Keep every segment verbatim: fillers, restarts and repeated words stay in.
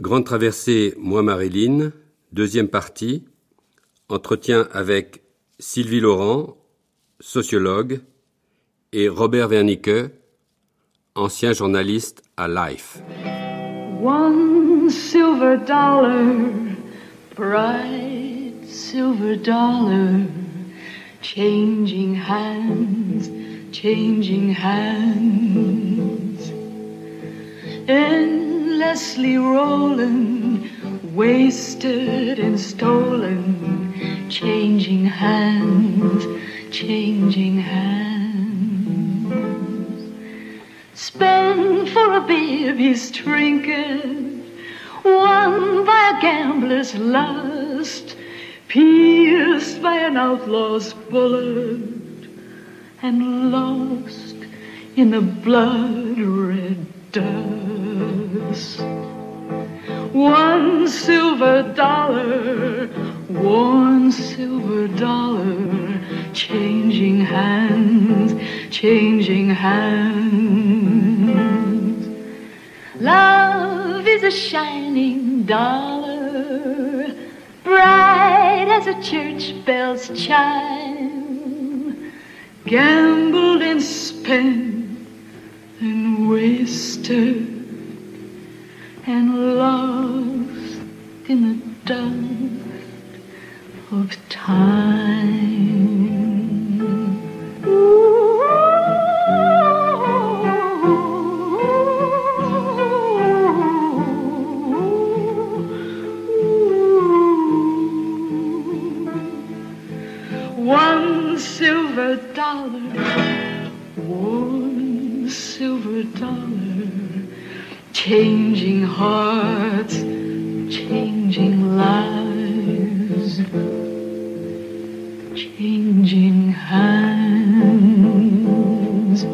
Grande traversée, moi Marilyn, deuxième partie, entretien avec Sylvie Laurent, sociologue, et Robert Wernicke, ancien journaliste à Life. One silver dollar, bright silver dollar, changing hands, changing hands, endlessly rolling, wasted and stolen, changing hands, changing hands. Spent for a baby's trinket, won by a gambler's lust, pierced by an outlaw's bullet, and lost in the blood-red dust. One silver dollar, one silver dollar, changing hands, changing hands. Love is a shining dollar, bright as a church bell's chime, gambled and spent and wasted and lost in the dust of time. One silver dollar, one silver dollar, changing hearts, changing lives, changing hands.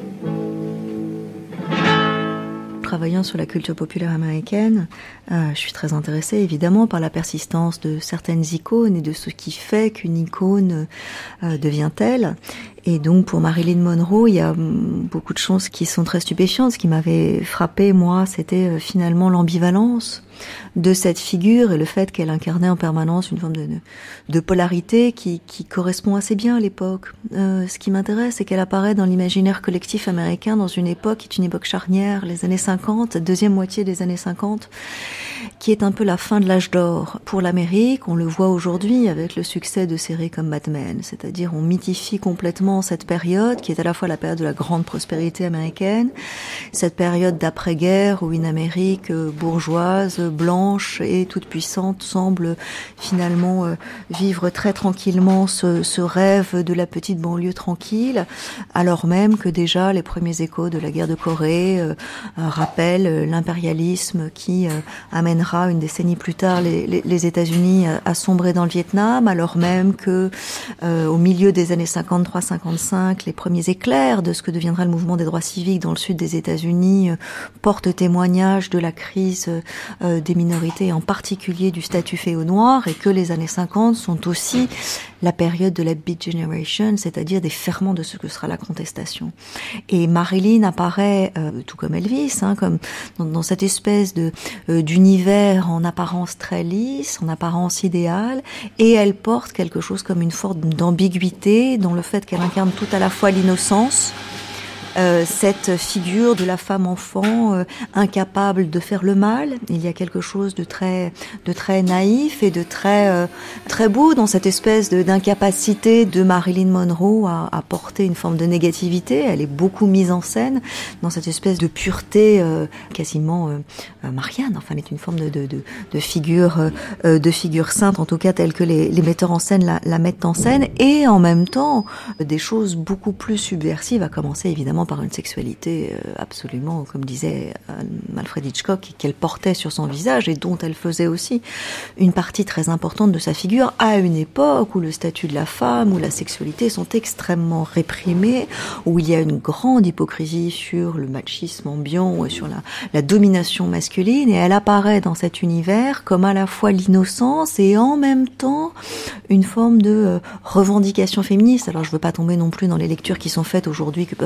Travaillant sur la culture populaire américaine, euh, je suis très intéressée évidemment par la persistance de certaines icônes et de ce qui fait qu'une icône euh, devient telle. Et donc pour Marilyn Monroe, il y a beaucoup de choses qui sont très stupéfiantes. Ce qui m'avait frappé, moi, c'était euh, finalement l'ambivalence de cette figure et le fait qu'elle incarnait en permanence une forme de, de, de polarité qui, qui correspond assez bien à l'époque. Euh, ce qui m'intéresse, c'est qu'elle apparaît dans l'imaginaire collectif américain dans une époque qui est une époque charnière, les années cinquante, deuxième moitié des années cinquante, qui est un peu la fin de l'âge d'or pour l'Amérique. On le voit aujourd'hui avec le succès de séries comme Mad Men, c'est-à-dire on mythifie complètement cette période qui est à la fois la période de la grande prospérité américaine, cette période d'après-guerre où une Amérique bourgeoise, blanche et toute puissante semble finalement euh, vivre très tranquillement ce, ce rêve de la petite banlieue tranquille, alors même que déjà les premiers échos de la guerre de Corée euh, euh, rappellent l'impérialisme qui euh, amènera une décennie plus tard les, les, les États-Unis à sombrer dans le Vietnam, alors même que euh, au milieu des années cinquante-trois cinquante-cinq, les premiers éclairs de ce que deviendra le mouvement des droits civiques dans le sud des États-Unis euh, portent témoignage de la crise euh, des minorités, en particulier du statut fait aux Noirs, et que les années cinquante sont aussi la période de la Beat Generation, c'est-à-dire des ferments de ce que sera la contestation. Et Marilyn apparaît, euh, tout comme Elvis, hein, comme dans, dans cette espèce de euh, d'univers en apparence très lisse, en apparence idéale, et elle porte quelque chose comme une forme d'ambiguïté dans le fait qu'elle incarne tout à la fois l'innocence, Euh, cette figure de la femme enfant euh, incapable de faire le mal. Il y a quelque chose de très de très naïf et de très euh, très beau dans cette espèce de, d'incapacité de Marilyn Monroe à, à porter une forme de négativité. Elle est beaucoup mise en scène dans cette espèce de pureté euh, quasiment euh, mariane. Enfin, elle est une forme de de de, de figure euh, de figure sainte, en tout cas telle que les, les metteurs en scène la, la mettent en scène, et en même temps des choses beaucoup plus subversives, à commencer évidemment par une sexualité absolument, comme disait Alfred Hitchcock, qu'elle portait sur son visage et dont elle faisait aussi une partie très importante de sa figure à une époque où le statut de la femme, où la sexualité sont extrêmement réprimés, où il y a une grande hypocrisie sur le machisme ambiant et sur la, la domination masculine, et elle apparaît dans cet univers comme à la fois l'innocence et en même temps une forme de revendication féministe. Alors je veux pas tomber non plus dans les lectures qui sont faites aujourd'hui que peuvent faire les féministes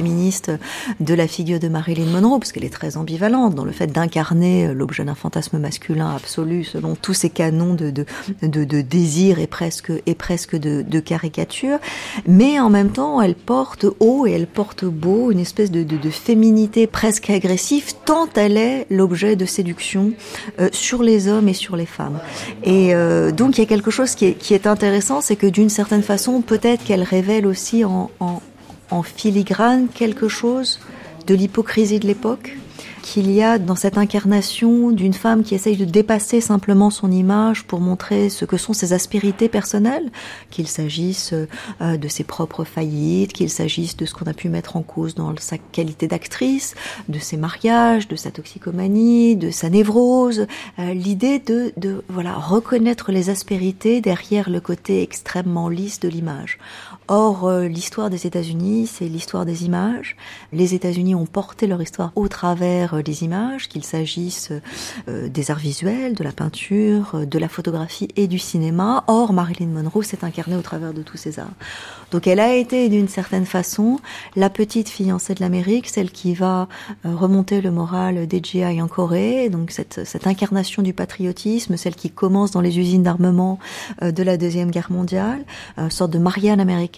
féministe de la figure de Marilyn Monroe, parce qu'elle est très ambivalente dans le fait d'incarner l'objet d'un fantasme masculin absolu selon tous ces canons de, de, de, de désir et presque, et presque de, de caricature. Mais en même temps, elle porte haut et elle porte beau une espèce de, de, de féminité presque agressive, tant elle est l'objet de séduction euh, sur les hommes et sur les femmes. Et euh, donc il y a quelque chose qui est, qui est intéressant, c'est que d'une certaine façon, peut-être qu'elle révèle aussi en, en, en filigrane quelque chose de l'hypocrisie de l'époque, qu'il y a dans cette incarnation d'une femme qui essaye de dépasser simplement son image pour montrer ce que sont ses aspérités personnelles, qu'il s'agisse euh, de ses propres faillites, qu'il s'agisse de ce qu'on a pu mettre en cause dans sa qualité d'actrice, de ses mariages, de sa toxicomanie, de sa névrose, euh, l'idée de, de voilà reconnaître les aspérités derrière le côté extrêmement lisse de l'image. Or, euh, l'histoire des États-Unis, c'est l'histoire des images. Les États-Unis ont porté leur histoire au travers euh, des images, qu'il s'agisse euh, des arts visuels, de la peinture, euh, de la photographie et du cinéma. Or, Marilyn Monroe s'est incarnée au travers de tous ces arts. Donc, elle a été, d'une certaine façon, la petite fiancée de l'Amérique, celle qui va euh, remonter le moral des G I en Corée. Donc, cette, cette incarnation du patriotisme, celle qui commence dans les usines d'armement euh, de la Deuxième Guerre mondiale, une sorte de Marianne américaine.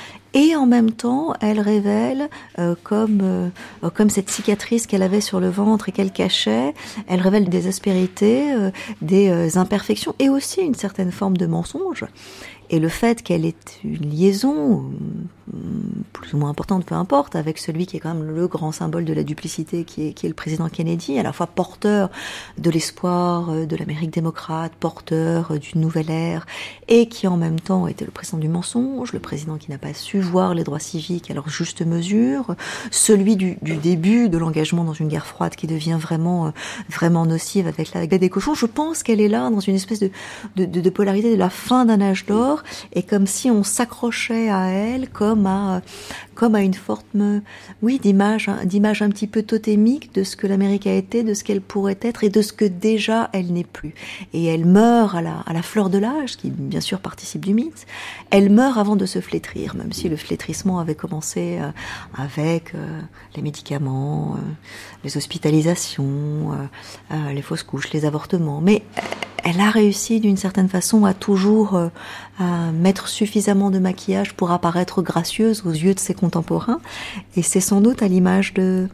Et en même temps, elle révèle, euh, comme euh, comme cette cicatrice qu'elle avait sur le ventre et qu'elle cachait, elle révèle des aspérités, euh, des euh, imperfections et aussi une certaine forme de mensonge. Et le fait qu'elle ait une liaison, plus ou moins importante, peu importe, avec celui qui est quand même le grand symbole de la duplicité, qui est, qui est le président Kennedy, à la fois porteur de l'espoir de l'Amérique démocrate, porteur d'une nouvelle ère, et qui en même temps était le président du mensonge, le président qui n'a pas su voir les droits civiques à leur juste mesure, celui du, du début de l'engagement dans une guerre froide qui devient vraiment, vraiment nocive avec la guerre des cochons. Je pense qu'elle est là dans une espèce de, de, de, de polarité de la fin d'un âge d'or, et comme si on s'accrochait à elle comme à comme à une forme, oui, d'image, d'image un petit peu totémique de ce que l'Amérique a été, de ce qu'elle pourrait être et de ce que déjà elle n'est plus. Et elle meurt à la à la fleur de l'âge, qui bien sûr participe du mythe. Elle meurt avant de se flétrir, même si le flétrissement avait commencé euh, avec euh, les médicaments, euh, les hospitalisations, euh, euh, les fausses couches, les avortements. Mais elle a réussi d'une certaine façon à toujours euh, à mettre suffisamment de maquillage pour apparaître gracieuse aux yeux de ses contemporains. Et c'est sans doute à l'image de...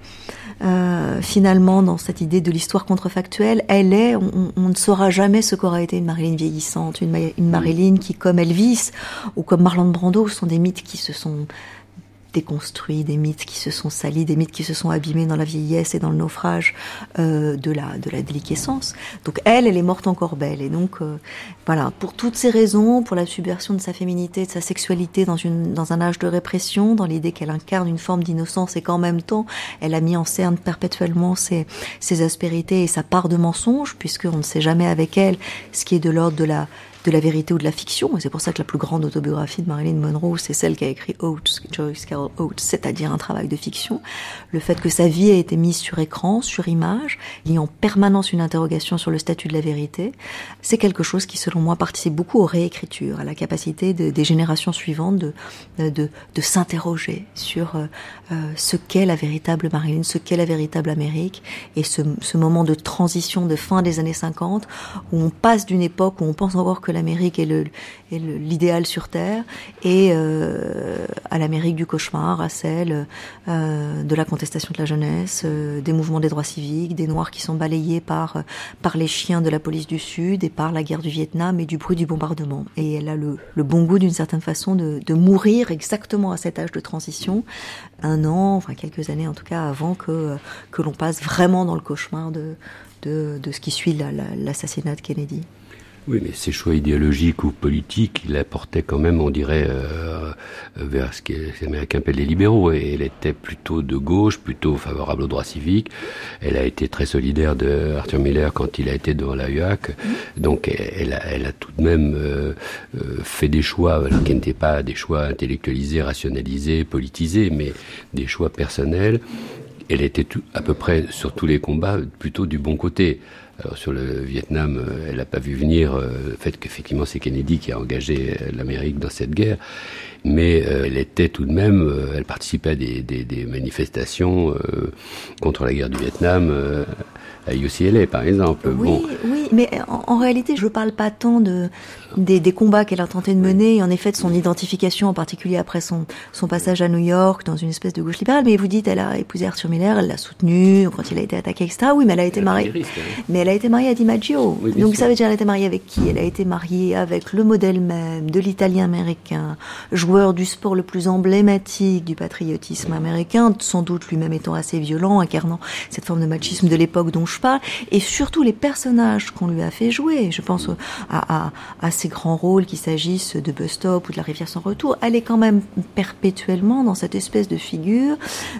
Euh, finalement, dans cette idée de l'histoire contrefactuelle, elle est, on, on ne saura jamais ce qu'aura été une Marilyn vieillissante, une, une Marilyn qui, comme Elvis ou comme Marlon Brando, sont des mythes qui se sont déconstruits, des mythes qui se sont salis, des mythes qui se sont abîmés dans la vieillesse et dans le naufrage euh, de la de la déliquescence. Donc elle, elle est morte encore belle. Et donc euh, voilà, pour toutes ces raisons, pour la subversion de sa féminité, de sa sexualité dans une dans un âge de répression, dans l'idée qu'elle incarne une forme d'innocence et qu'en même temps, elle a mis en scène perpétuellement ses ses aspérités et sa part de mensonge, puisqu'on ne sait jamais avec elle ce qui est de l'ordre de la de la vérité ou de la fiction, et c'est pour ça que la plus grande autobiographie de Marilyn Monroe, c'est celle qu'a écrit Oates, Joyce Carol Oates, c'est-à-dire un travail de fiction. Le fait que sa vie a été mise sur écran, sur image, il y a en permanence une interrogation sur le statut de la vérité, c'est quelque chose qui, selon moi, participe beaucoup aux réécritures, à la capacité de, des générations suivantes de, de, de, de s'interroger sur euh, ce qu'est la véritable Marilyn, ce qu'est la véritable Amérique, et ce, ce moment de transition de fin des années cinquante, où on passe d'une époque où on pense encore que l'Amérique est, le, est le, l'idéal sur Terre, et euh, à l'Amérique du cauchemar, à celle euh, de la contestation de la jeunesse, euh, des mouvements des droits civiques, des Noirs qui sont balayés par, par les chiens de la police du Sud et par la guerre du Vietnam et du bruit du bombardement. Et elle a le, le bon goût, d'une certaine façon, de, de mourir exactement à cet âge de transition, un an, enfin quelques années en tout cas, avant que, que l'on passe vraiment dans le cauchemar de, de, de ce qui suit la, la, l'assassinat de Kennedy. Oui, mais ses choix idéologiques ou politiques, il apportait quand même, on dirait, euh, vers ce que les Américains appellent les libéraux. Et elle était plutôt de gauche, plutôt favorable aux droits civiques. Elle a été très solidaire de Arthur Miller quand il a été devant la U A C. Donc, elle a, elle a tout de même euh, fait des choix qui n'étaient pas des choix intellectualisés, rationalisés, politisés, mais des choix personnels. elle était tout, à peu près sur tous les combats plutôt du bon côté. Alors sur le Vietnam, elle n'a pas vu venir euh, le fait qu'effectivement c'est Kennedy qui a engagé l'Amérique dans cette guerre, mais euh, elle était tout de même, euh, elle participait à des, des, des manifestations euh, contre la guerre du Vietnam euh, à U C L A par exemple. Oui, bon. oui, mais en, en réalité je ne parle pas tant de, des, des combats qu'elle a tenté de mener, et en effet de son identification, en particulier après son, son passage à New York dans une espèce de gauche libérale, mais vous dites elle a épousé Arthur Miller, elle l'a soutenu quand il a été attaqué, et cetera. Oui, mais elle a été elle mariée. A risques, hein. Mais elle a été mariée à DiMaggio. Oui, donc sûr. ça veut dire qu'elle a été mariée avec qui? Elle a été mariée avec le modèle même de l'italien américain, joueur du sport le plus emblématique du patriotisme américain, sans doute lui-même étant assez violent, incarnant cette forme de machisme de l'époque dont je parle, et surtout les personnages qu'on lui a fait jouer. Je pense à, à, à ces grands rôles, qu'il s'agisse de Bus Stop ou de La Rivière sans retour. Elle est quand même perpétuellement dans cette espèce de figure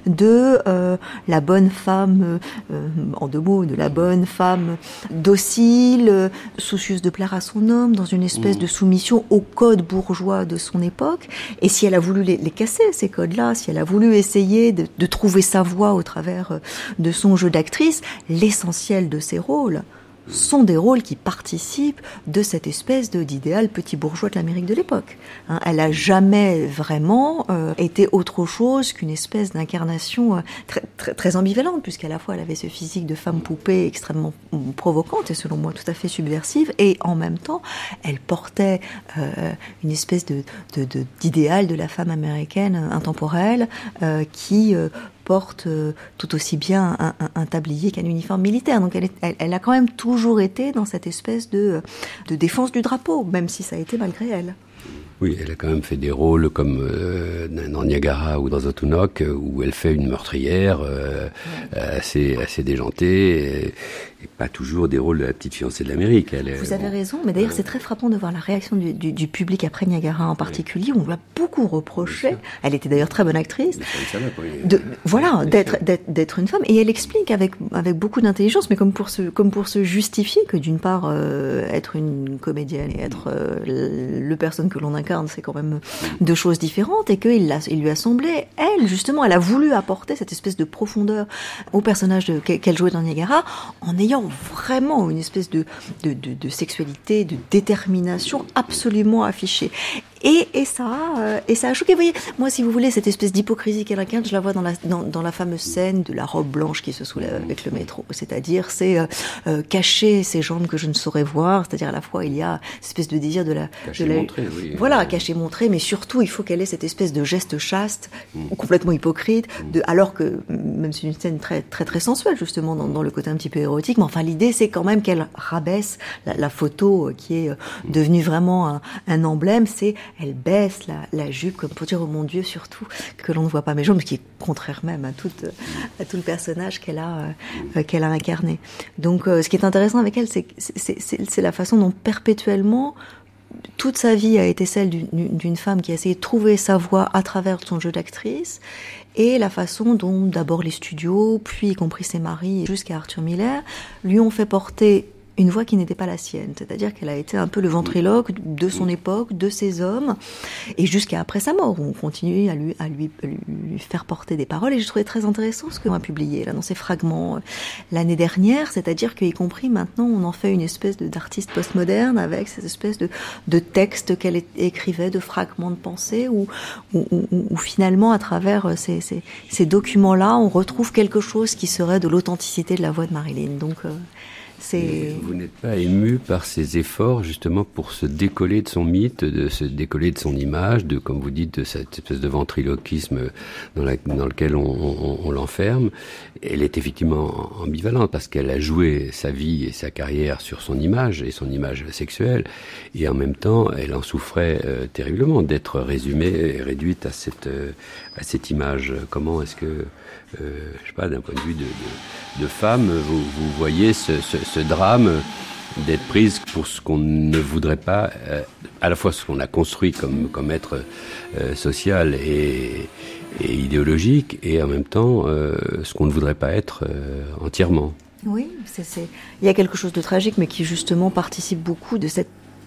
de euh, la bonne femme, euh, en deux mots, de la bonne femme docile, euh, soucieuse de plaire à son homme, dans une espèce mmh. de soumission aux codes bourgeois de son époque. Et si elle a voulu les, les casser, ces codes-là, si elle a voulu essayer de, de trouver sa voie au travers de son jeu d'actrice, l'essentiel de ses rôles sont des rôles qui participent de cette espèce de, d'idéal petit bourgeois de l'Amérique de l'époque. Hein, elle a jamais vraiment euh, été autre chose qu'une espèce d'incarnation euh, très, très, très ambivalente, puisqu'à la fois elle avait ce physique de femme poupée extrêmement provocante et selon moi tout à fait subversive, et en même temps elle portait euh, une espèce de, de, de, d'idéal de la femme américaine intemporelle euh, qui euh, porte euh, tout aussi bien un, un, un tablier qu'un uniforme militaire. Donc elle, est, elle, elle a quand même toujours été dans cette espèce de, de défense du drapeau, même si ça a été malgré elle. Oui, elle a quand même fait des rôles comme euh, dans Niagara ou dans Othunok, où elle fait une meurtrière euh, ouais. assez, assez déjantée, et, et pas toujours des rôles de la petite fiancée de l'Amérique. Elle est, Vous avez bon, raison, mais d'ailleurs euh, c'est très frappant de voir la réaction du, du, du public après Niagara en particulier. Ouais. On lui a beaucoup reproché. Elle était d'ailleurs très bonne actrice. De, voilà, d'être, d'être, d'être une femme. Et elle explique avec, avec beaucoup d'intelligence, mais comme pour se, comme pour se justifier que d'une part, euh, être une comédienne et être euh, le personne que l'on incarne, c'est quand même deux choses différentes, et qu'il l'a, il lui a semblé, elle, justement, elle a voulu apporter cette espèce de profondeur au personnage de, qu'elle jouait dans Niagara, en ayant vraiment une espèce de, de, de, de sexualité, de détermination absolument affichée. Et, et ça, euh, et ça a choqué. Vous voyez, moi, si vous voulez, cette espèce d'hypocrisie qu'elle incarne, je la vois dans la, dans, dans la fameuse scène de la robe blanche qui se soulève avec le métro. C'est-à-dire, c'est euh, euh, cacher ces jambes que je ne saurais voir. C'est-à-dire, à la fois, il y a cette espèce de désir de la... Cacher, de la, montrer, oui. Voilà, cacher, montrer, mais surtout, il faut qu'elle ait cette espèce de geste chaste, mmh. complètement hypocrite, de, alors que, même si c'est une scène très, très, très sensuelle, justement, dans, dans le côté un petit peu érotique, mais enfin, l'idée, c'est quand même qu'elle rabaisse la, la photo qui est euh, devenue vraiment un, un emblème, c'est, elle baisse la La, la jupe, comme pour dire, oh mon Dieu, surtout que l'on ne voit pas mes jambes, ce qui est contraire même à tout, à tout le personnage qu'elle a, euh, qu'elle a incarné. Donc, euh, ce qui est intéressant avec elle, c'est, c'est, c'est, c'est la façon dont perpétuellement, toute sa vie a été celle d'une, d'une femme qui a essayé de trouver sa voie à travers son jeu d'actrice, et la façon dont d'abord les studios, puis y compris ses maris, jusqu'à Arthur Miller, lui ont fait porter une voix qui n'était pas la sienne, c'est-à-dire qu'elle a été un peu le ventriloque de son époque, de ses hommes, et jusqu'à après sa mort, où on continue à lui, à lui, à lui faire porter des paroles. Et je trouvais très intéressant ce qu'on a publié là dans ces fragments l'année dernière, c'est-à-dire qu'y compris maintenant, on en fait une espèce de, d'artiste postmoderne avec cette espèce de, de texte qu'elle écrivait, de fragments de pensée, où, où, où, où finalement, à travers ces, ces, ces documents-là, on retrouve quelque chose qui serait de l'authenticité de la voix de Marilyn. Donc, euh, C'est... Vous n'êtes pas ému par ses efforts justement pour se décoller de son mythe, de se décoller de son image, de, comme vous dites, de cette espèce de ventriloquisme dans, la, dans lequel on, on, on l'enferme. Elle est effectivement ambivalente parce qu'elle a joué sa vie et sa carrière sur son image et son image sexuelle, et en même temps, elle en souffrait euh, terriblement d'être résumée et réduite à cette, euh, à cette image. Comment est-ce que, euh, je sais pas, d'un point de vue de, de, de femme, vous, vous voyez ce, ce, ce drame d'être prise pour ce qu'on ne voudrait pas, euh, à la fois ce qu'on a construit comme, comme être euh, social et, et idéologique, et en même temps euh, ce qu'on ne voudrait pas être euh, entièrement. Oui, c'est, c'est... il y a quelque chose de tragique, mais qui justement participe beaucoup de cette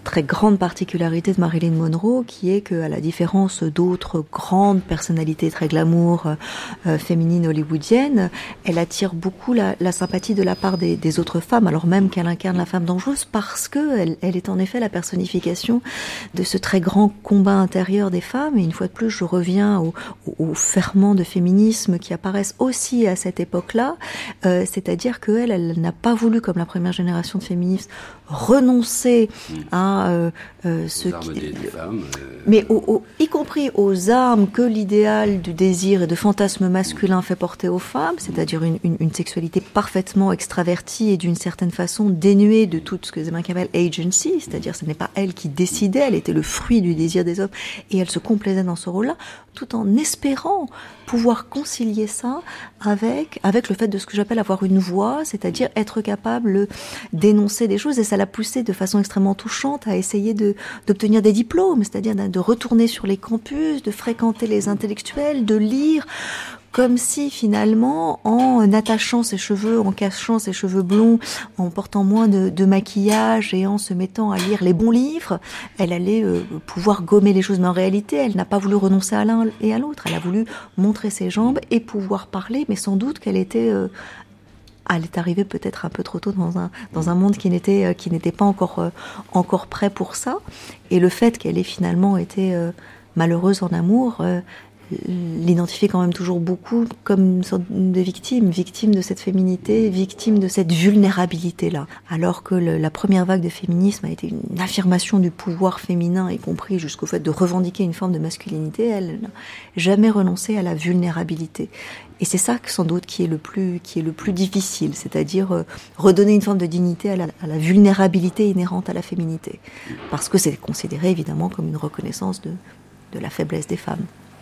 très grande particularité de Marilyn Monroe, qui est qu'à la différence d'autres grandes personnalités très glamour euh, féminines hollywoodiennes, elle attire beaucoup la, la sympathie de la part des, des autres femmes, alors même qu'elle incarne la femme dangereuse, parce que elle, elle est en effet la personnification de ce très grand combat intérieur des femmes. Et une fois de plus, je reviens aux au, au ferments de féminisme qui apparaissent aussi à cette époque-là, euh, c'est-à-dire qu'elle, elle n'a pas voulu, comme la première génération de féministes, renoncer à euh, euh, ce qui, des femmes, euh... mais au, au, y compris aux armes que l'idéal du désir et de fantasme masculin fait porter aux femmes, c'est-à-dire une, une, une sexualité parfaitement extravertie et d'une certaine façon dénuée de tout ce que les Américains appellent agency, c'est-à-dire ce n'est pas elle qui décidait, elle était le fruit du désir des hommes et elle se complaisait dans ce rôle-là, tout en espérant pouvoir concilier ça avec avec le fait de ce que j'appelle avoir une voix, c'est-à-dire être capable d'énoncer des choses, et ça l'a poussée de façon extrêmement touchante à essayer de d'obtenir des diplômes, c'est-à-dire de retourner sur les campus, de fréquenter les intellectuels, de lire, comme si finalement, en attachant ses cheveux, en cachant ses cheveux blonds, en portant moins de, de maquillage et en se mettant à lire les bons livres, elle allait euh, pouvoir gommer les choses. Mais en réalité, elle n'a pas voulu renoncer à l'un et à l'autre. Elle a voulu montrer ses jambes et pouvoir parler, mais sans doute qu'elle était... Euh, elle est arrivée peut-être un peu trop tôt dans un dans un monde qui n'était euh, qui n'était pas encore euh, encore prêt pour ça. Et le fait qu'elle ait finalement été euh, malheureuse en amour euh, l'identifie quand même toujours beaucoup comme une sorte de victime, victime de cette féminité, victime de cette vulnérabilité-là. Alors que le, la première vague de féminisme a été une affirmation du pouvoir féminin, y compris jusqu'au fait de revendiquer une forme de masculinité, elle n'a jamais renoncé à la vulnérabilité. Et c'est ça, sans doute, qui est le plus, qui est le plus difficile, c'est-à-dire euh, redonner une forme de dignité à la, à la vulnérabilité inhérente à la féminité. Parce que c'est considéré, évidemment, comme une reconnaissance de, de la faiblesse des femmes.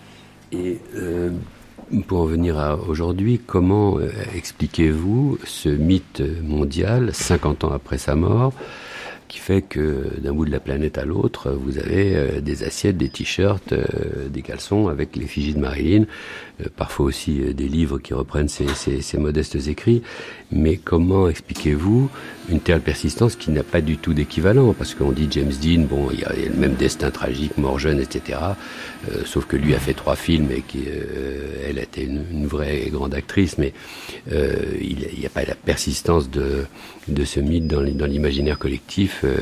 Et euh, pour en venir à aujourd'hui, comment euh, expliquez-vous ce mythe mondial, cinquante ans après sa mort, qui fait que d'un bout de la planète à l'autre, vous avez euh, des assiettes, des t-shirts, euh, des caleçons avec l'effigie de Marilyn, euh, parfois aussi euh, des livres qui reprennent ces, ces, ces modestes écrits. Mais comment expliquez-vous une telle persistance qui n'a pas du tout d'équivalent? Parce qu'on dit James Dean, bon, il y a, il y a le même destin tragique, mort jeune, et cetera. Euh, sauf que lui a fait trois films et qu'elle euh, était une, une vraie grande actrice, mais euh, il n'y a pas la persistance de, de ce mythe dans, dans l'imaginaire collectif euh,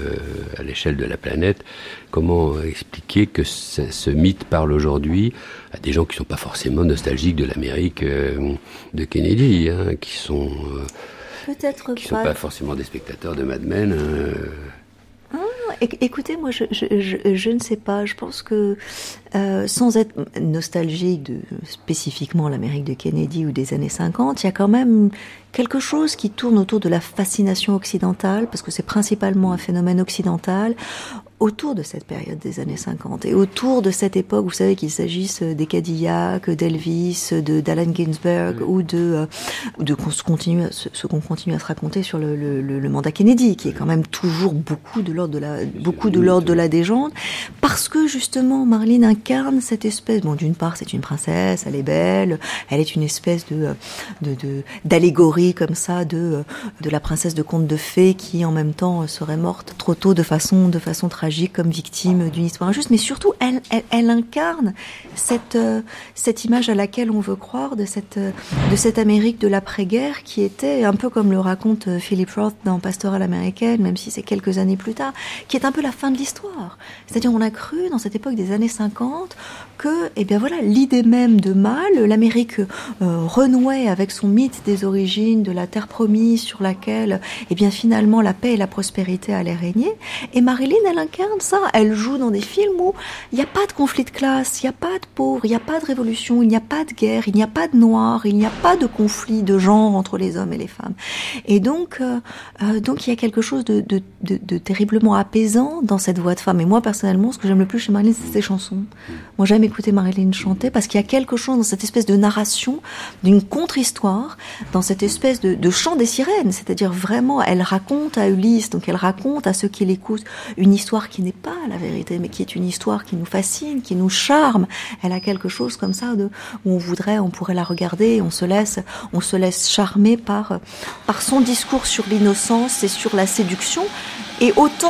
à l'échelle de la planète. Comment expliquer que ce, ce mythe parle aujourd'hui à des gens qui ne sont pas forcément nostalgiques de l'Amérique euh, de Kennedy, hein, qui sont euh, Peut-être qui ne sont pas forcément des spectateurs de Mad Men. Hein. Ah, écoutez, moi, je, je, je, je ne sais pas. Je pense que, euh, sans être nostalgique de spécifiquement l'Amérique de Kennedy ou des années cinquante, il y a quand même quelque chose qui tourne autour de la fascination occidentale, parce que c'est principalement un phénomène occidental, autour de cette période des années cinquante et autour de cette époque, vous savez, qu'il s'agisse des Cadillacs, d'Elvis, de d'Allen Ginsberg, oui, ou de euh, de ce, continue, ce, ce qu'on continue à se raconter sur le, le, le mandat Kennedy, qui est quand même toujours beaucoup de l'ordre de la beaucoup de l'ordre de la légende, parce que justement Marilyn incarne cette espèce. Bon, d'une part, c'est une princesse, elle est belle, elle est une espèce de de, de d'allégorie comme ça de de la princesse de conte de fées qui en même temps serait morte trop tôt de façon de façon tragique, comme victime d'une histoire injuste, mais surtout elle, elle, elle incarne cette, euh, cette image à laquelle on veut croire de cette, euh, de cette Amérique de l'après-guerre qui était un peu comme le raconte euh, Philip Roth dans Pastorale américaine, même si c'est quelques années plus tard, qui est un peu la fin de l'histoire. C'est-à-dire on a cru dans cette époque des années cinquante que, eh bien voilà, l'idée même de mal, l'Amérique euh, renouait avec son mythe des origines, de la terre promise sur laquelle, eh bien finalement la paix et la prospérité allaient régner, et Marilyn, elle incarne ça, elle joue dans des films où il n'y a pas de conflit de classe, il n'y a pas de pauvres, il n'y a pas de révolution, il n'y a pas de guerre, il n'y a pas de noirs, il n'y a pas de conflit de genre entre les hommes et les femmes. Et donc, euh, euh, donc il y a quelque chose de, de, de, de terriblement apaisant dans cette voix de femme. Et moi, personnellement, ce que j'aime le plus chez Marilyn, c'est ses chansons. Moi, j'aime écouter Marilyn chanter parce qu'il y a quelque chose dans cette espèce de narration, d'une contre-histoire, dans cette espèce de, de chant des sirènes. C'est-à-dire vraiment, elle raconte à Ulysse, donc elle raconte à ceux qui l'écoutent une histoire qui n'est pas la vérité, mais qui est une histoire qui nous fascine, qui nous charme. Elle a quelque chose comme ça de, où on voudrait, on pourrait la regarder, on se laisse, on se laisse charmer par, par son discours sur l'innocence et sur la séduction. Et autant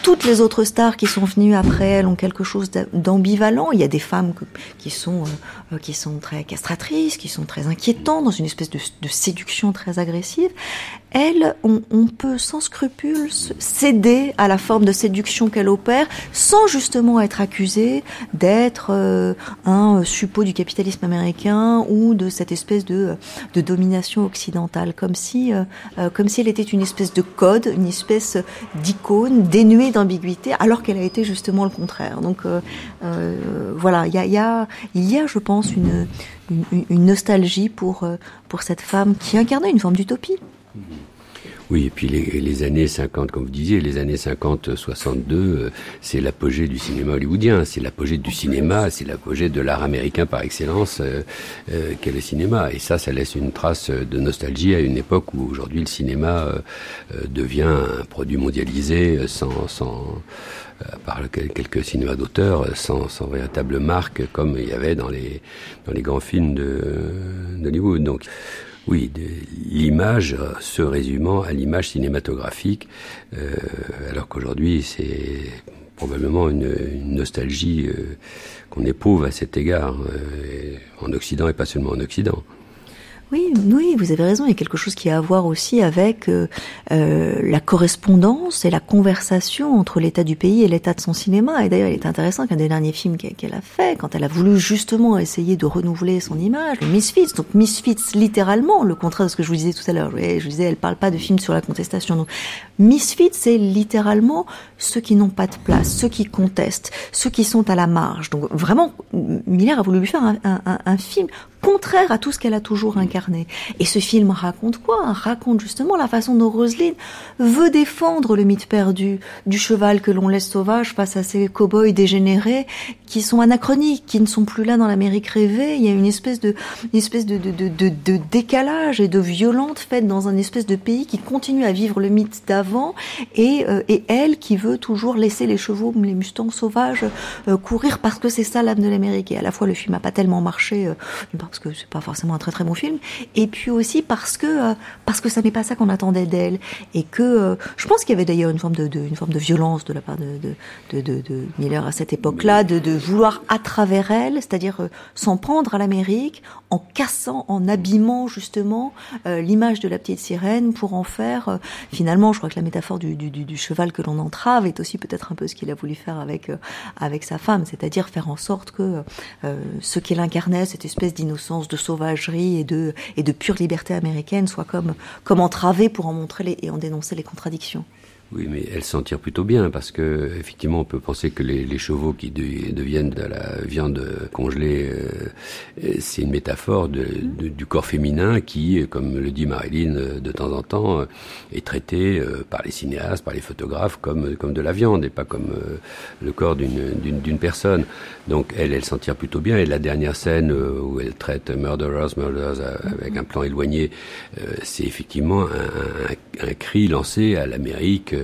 toutes les autres stars qui sont venues après elle ont quelque chose d'ambivalent. Il y a des femmes qui sont euh, qui sont très castratrices, qui sont très inquiétantes, dans une espèce de, de séduction très agressive. Elle, on, on peut sans scrupule céder à la forme de séduction qu'elle opère, sans justement être accusée d'être euh, un suppôt du capitalisme américain ou de cette espèce de, de domination occidentale, comme si, euh, comme si elle était une espèce de code, une espèce d'icône dénuée d'ambiguïté, alors qu'elle a été justement le contraire. Donc euh, euh, voilà, il y a, y a, il y a, je pense, une, une, une nostalgie pour, pour cette femme qui incarnait une forme d'utopie. Oui, et puis les, les années cinquante, comme vous disiez, les années cinquante soixante-deux, euh, c'est l'apogée du cinéma hollywoodien, c'est l'apogée du cinéma, c'est l'apogée de l'art américain par excellence euh, euh, qu'est le cinéma. Et ça, ça laisse une trace de nostalgie à une époque où aujourd'hui le cinéma euh, euh, devient un produit mondialisé sans... sans à part quelques cinémas d'auteur, sans, sans véritable marque, comme il y avait dans les, dans les grands films de, d'Hollywood. Donc, oui, de, l'image se résumant à l'image cinématographique, euh, alors qu'aujourd'hui, c'est probablement une, une nostalgie euh, qu'on éprouve à cet égard, euh, en Occident et pas seulement en Occident. Oui, oui, vous avez raison. Il y a quelque chose qui a à voir aussi avec euh, euh, la correspondance et la conversation entre l'état du pays et l'état de son cinéma. Et d'ailleurs, il est intéressant qu'un des derniers films qu'elle a fait, quand elle a voulu justement essayer de renouveler son image, le Misfits. Donc Misfits, littéralement, le contraire de ce que je vous disais tout à l'heure. Je, je disais, elle parle pas de film sur la contestation. Donc Misfits, c'est littéralement ceux qui n'ont pas de place, ceux qui contestent, ceux qui sont à la marge. Donc vraiment, Miller a voulu lui faire un, un, un, un film contraire à tout ce qu'elle a toujours incarné. Et ce film raconte quoi ? Raconte justement la façon dont Roselyne veut défendre le mythe perdu du cheval que l'on laisse sauvage face à ces cow-boys dégénérés qui sont anachroniques, qui ne sont plus là dans l'Amérique rêvée. Il y a une espèce de, une espèce de, de, de, de, de décalage et de violence faite dans un espèce de pays qui continue à vivre le mythe d'avant et, euh, et elle qui veut toujours laisser les chevaux, les mustangs sauvages euh, courir parce que c'est ça l'âme de l'Amérique. Et à la fois le film n'a pas tellement marché, euh, parce que c'est pas forcément un très très bon film, et puis aussi parce que euh, parce que ça n'est pas ça qu'on attendait d'elle, et que euh, je pense qu'il y avait d'ailleurs une forme de, de une forme de violence de la part de de de, de, de Miller à cette époque-là, de, de vouloir à travers elle, c'est-à-dire euh, s'en prendre à l'Amérique en cassant, en abîmant justement euh, l'image de la petite sirène pour en faire euh, finalement, je crois que la métaphore du, du, du, du cheval que l'on entrave est aussi peut-être un peu ce qu'il a voulu faire avec euh, avec sa femme, c'est-à-dire faire en sorte que euh, ce qu'il incarnait, cette espèce d'innocence, de sauvagerie et de, et de pure liberté américaine soit comme, comme entravée pour en montrer les, et en dénoncer les contradictions. Oui, mais elle s'en tire plutôt bien parce que effectivement, on peut penser que les, les chevaux qui de, deviennent de la viande congelée, euh, c'est une métaphore de, de, du corps féminin qui, comme le dit Marilyn de temps en temps, est traité euh, par les cinéastes, par les photographes comme comme de la viande et pas comme euh, le corps d'une, d'une d'une personne. Donc elle, elle s'en tire plutôt bien. Et la dernière scène euh, où elle traite Murderers, Murderers avec un plan éloigné, euh, c'est effectivement un, un, un cri lancé à l'Amérique.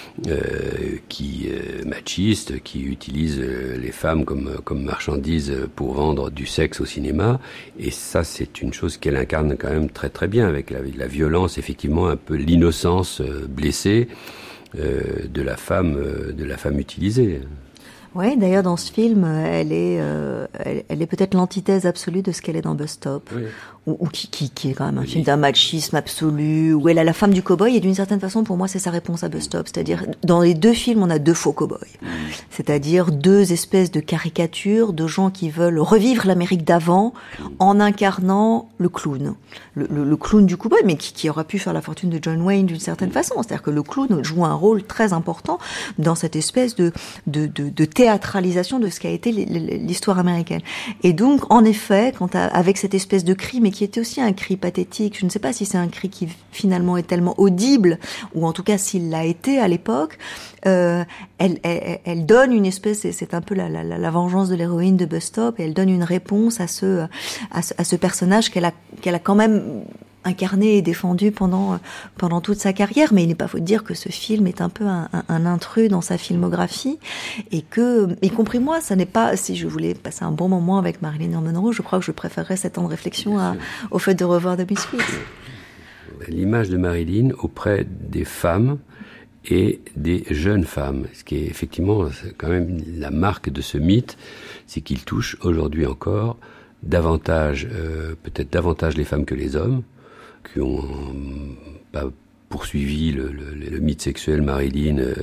Euh, qui euh, machiste, qui utilise euh, les femmes comme comme marchandises pour vendre du sexe au cinéma, et ça c'est une chose qu'elle incarne quand même très très bien avec la, la violence, effectivement un peu l'innocence euh, blessée euh, de la femme euh, de la femme utilisée. Oui, d'ailleurs dans ce film, elle est, euh, elle, elle est peut-être l'antithèse absolue de ce qu'elle est dans Bus Stop, oui. ou, ou qui, qui, qui est quand même un oui. film d'un machisme absolu, où elle a la femme du cow-boy, et d'une certaine façon, pour moi, c'est sa réponse à Bus Stop. C'est-à-dire, dans les deux films, on a deux faux cow-boys. Mmh. C'est-à-dire deux espèces de caricatures de gens qui veulent revivre l'Amérique d'avant mmh. en incarnant le clown. Le, le, le clown du cow-boy, mais qui, qui aura pu faire la fortune de John Wayne d'une certaine façon. C'est-à-dire que le clown joue un rôle très important dans cette espèce de, de, de, de théâtralisation de ce qu'a été l'histoire américaine. Et donc, en effet, quand à, avec cette espèce de cri, mais qui était aussi un cri pathétique, je ne sais pas si c'est un cri qui finalement est tellement audible, ou en tout cas s'il l'a été à l'époque, euh, elle, elle, elle donne une espèce, et c'est un peu la, la, la vengeance de l'héroïne de Bus Stop, et elle donne une réponse à ce, à ce, à ce personnage qu'elle a, qu'elle a quand même incarné et défendu pendant pendant toute sa carrière, mais il n'est pas faux de dire que ce film est un peu un, un, un intrus dans sa filmographie, et que, y compris moi, ça n'est pas, si je voulais passer un bon moment avec Marilyn Monroe, je crois que je préférerais sept ans de réflexion à, au fait de revoir The Misfits. L'image de Marilyn auprès des femmes et des jeunes femmes. Ce qui est effectivement c'est quand même la marque de ce mythe, c'est qu'il touche aujourd'hui encore davantage, euh, peut-être davantage les femmes que les hommes, qui ont euh, pas poursuivi le, le, le mythe sexuel Marilyn, euh,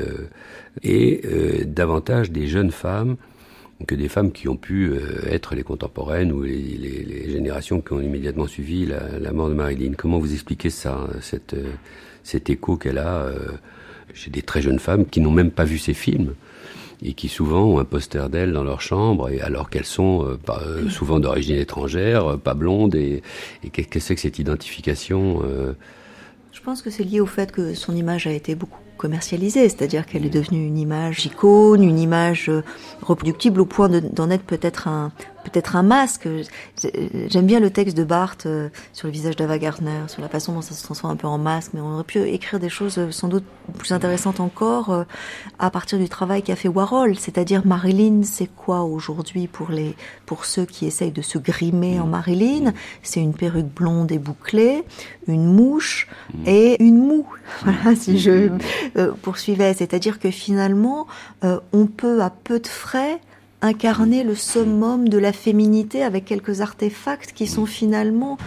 et euh, davantage des jeunes femmes que des femmes qui ont pu euh, être les contemporaines ou les, les, les générations qui ont immédiatement suivi la, la mort de Marilyn. Comment vous expliquez ça, cette, euh, cet écho qu'elle a euh, chez des très jeunes femmes qui n'ont même pas vu ces films et qui souvent ont un poster d'elle dans leur chambre, et alors qu'elles sont euh, pas, euh, souvent d'origine étrangère, euh, pas blondes, et, et qu'est-ce que c'est que cette identification euh... Je pense que c'est lié au fait que son image a été beaucoup commercialisée, c'est-à-dire qu'elle est devenue une image icône, une image reproductible au point de, d'en être peut-être un, peut-être un masque. J'aime bien le texte de Barthes euh, sur le visage d'Ava Gardner, sur la façon dont ça se transforme un peu en masque, mais on aurait pu écrire des choses euh, sans doute plus intéressantes encore euh, à partir du travail qu'a fait Warhol, c'est-à-dire Marilyn, c'est quoi aujourd'hui pour les, pour ceux qui essayent de se grimer en Marilyn? C'est une perruque blonde et bouclée, une mouche et une moue. Voilà, si je euh, poursuivais, c'est-à-dire que finalement, euh, on peut à peu de frais incarner le summum de la féminité avec quelques artefacts qui sont finalement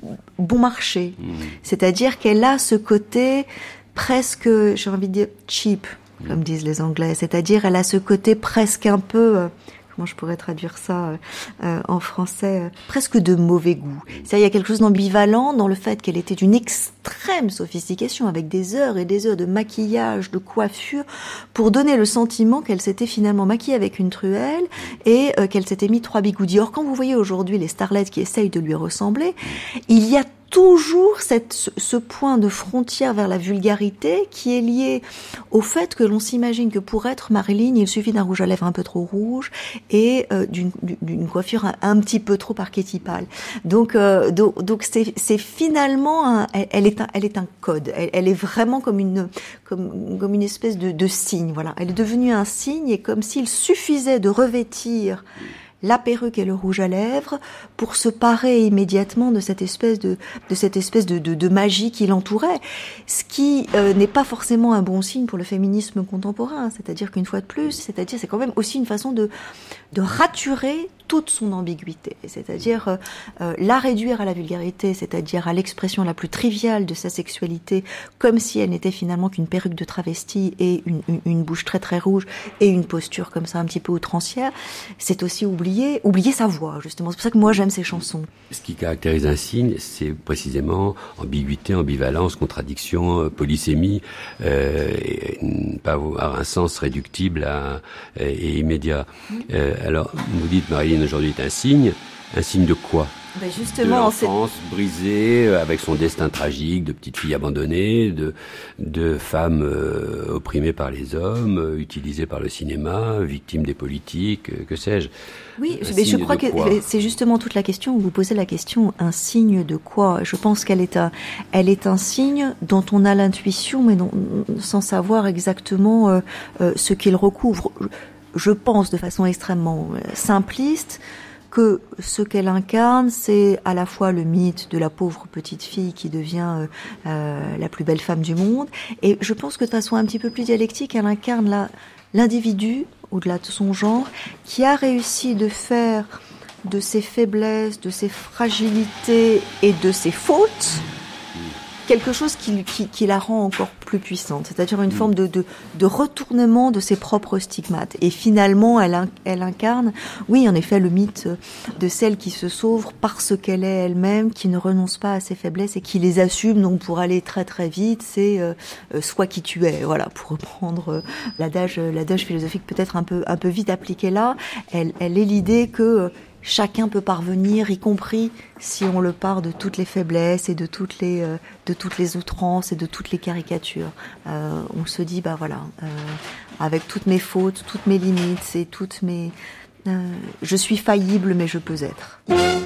bon marché. Mmh. C'est-à-dire qu'elle a ce côté presque, j'ai envie de dire, cheap, comme disent les Anglais. C'est-à-dire elle a ce côté presque un peu... Euh, comment je pourrais traduire ça euh, en français, euh, presque de mauvais goût. C'est-à-dire, il y a quelque chose d'ambivalent dans le fait qu'elle était d'une extrême sophistication, avec des heures et des heures de maquillage, de coiffure, pour donner le sentiment qu'elle s'était finalement maquillée avec une truelle et euh, qu'elle s'était mis trois bigoudis. Or, quand vous voyez aujourd'hui les starlettes qui essayent de lui ressembler, il y a toujours cette, ce point de frontière vers la vulgarité qui est lié au fait que l'on s'imagine que pour être Marilyn, il suffit d'un rouge à lèvres un peu trop rouge et euh, d'une, d'une coiffure un, un petit peu trop archétypale. Donc, euh, donc, donc c'est, c'est finalement, un, elle, elle est un, elle est un code. Elle, elle est vraiment comme une, comme, comme une espèce de, de signe. Voilà, elle est devenue un signe et comme s'il suffisait de revêtir la perruque et le rouge à lèvres pour se parer immédiatement de cette espèce de, de cette espèce de, de, de magie qui l'entourait, ce qui euh, n'est pas forcément un bon signe pour le féminisme contemporain. C'est-à-dire qu'une fois de plus, c'est-à-dire c'est quand même aussi une façon de de raturer toute son ambiguïté, c'est-à-dire euh, euh, la réduire à la vulgarité, c'est-à-dire à l'expression la plus triviale de sa sexualité, comme si elle n'était finalement qu'une perruque de travesti et une, une, une bouche très très rouge et une posture comme ça un petit peu outrancière. C'est aussi oublier, oublier sa voix, justement. C'est pour ça que moi j'aime ces chansons. Ce qui caractérise un signe, c'est précisément ambiguïté, ambivalence, contradiction, polysémie, euh, et ne pas avoir un sens réductible à, et immédiat. Mmh. Euh, alors, vous dites Marilyn aujourd'hui est un signe, un signe de quoi? Ben justement, de l'enfance c'est... brisée, avec son destin tragique, de petite fille abandonnée, de, de femme euh, opprimée par les hommes, euh, utilisée par le cinéma, victime des politiques, euh, que sais-je. Oui, mais je crois que quoi? C'est justement toute la question, où vous posez la question, un signe de quoi? Je pense qu'elle est un, elle est un signe dont on a l'intuition, mais non, sans savoir exactement euh, euh, ce qu'il recouvre. Je pense de façon extrêmement simpliste que ce qu'elle incarne, c'est à la fois le mythe de la pauvre petite fille qui devient euh, la plus belle femme du monde, et je pense que de façon un petit peu plus dialectique, elle incarne la, l'individu, au-delà de son genre, qui a réussi de faire de ses faiblesses, de ses fragilités et de ses fautes quelque chose qui, qui, qui la rend encore plus puissante, c'est-à-dire une forme de, de, de retournement de ses propres stigmates. Et finalement, elle, elle incarne, oui, en effet, le mythe de celle qui se sauve parce qu'elle est elle-même, qui ne renonce pas à ses faiblesses et qui les assume. Donc, pour aller très très vite, c'est euh, « sois qui tu es ». Voilà, pour reprendre euh, l'adage, l'adage philosophique peut-être un peu, un peu vite appliqué là. Elle, elle est l'idée que euh, chacun peut parvenir, y compris si on le part de toutes les faiblesses et de toutes les, euh, de toutes les outrances et de toutes les caricatures. Euh, on se dit, bah voilà, euh, avec toutes mes fautes, toutes mes limites et toutes mes... Euh, je suis faillible, mais je peux être.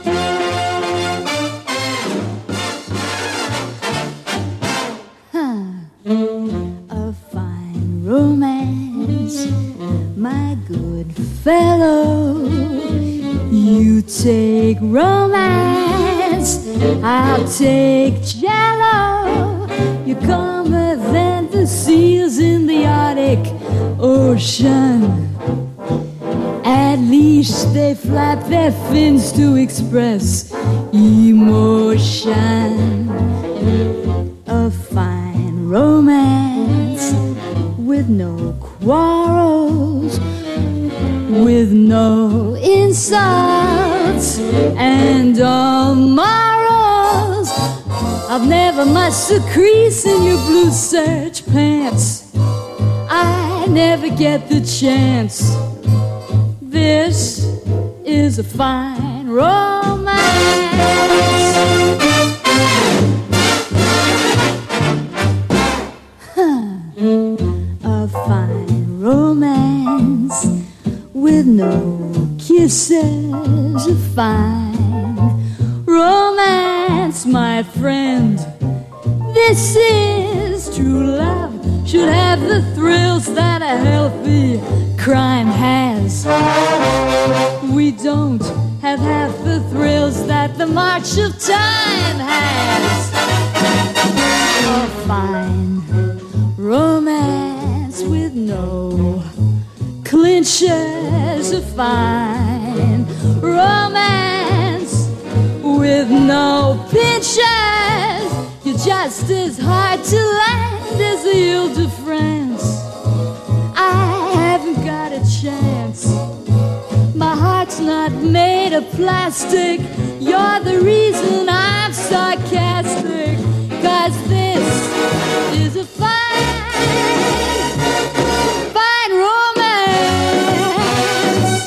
A fine romance, my good fellow. You take romance, I'll take jello. You're calmer than the seas sailors in the Arctic Ocean. At least they flap their fins to express emotion. A fine romance with no quarrels, with no insults and all morals. I've never much the crease in your blue serge pants. I never get the chance. This is a fine romance. Huh. A fine romance with no kisses. A fine romance, my friend. This is true love. Should have the thrills that a healthy crime has. We don't have half the thrills that the march of time has. A fine romance with no clinches. A fine romance with no pinches. You're just as hard to land as the Ile-de-France. I haven't got a chance. My heart's not made of plastic. You're the reason I'm sarcastic. 'Cause this is a fine, fine romance.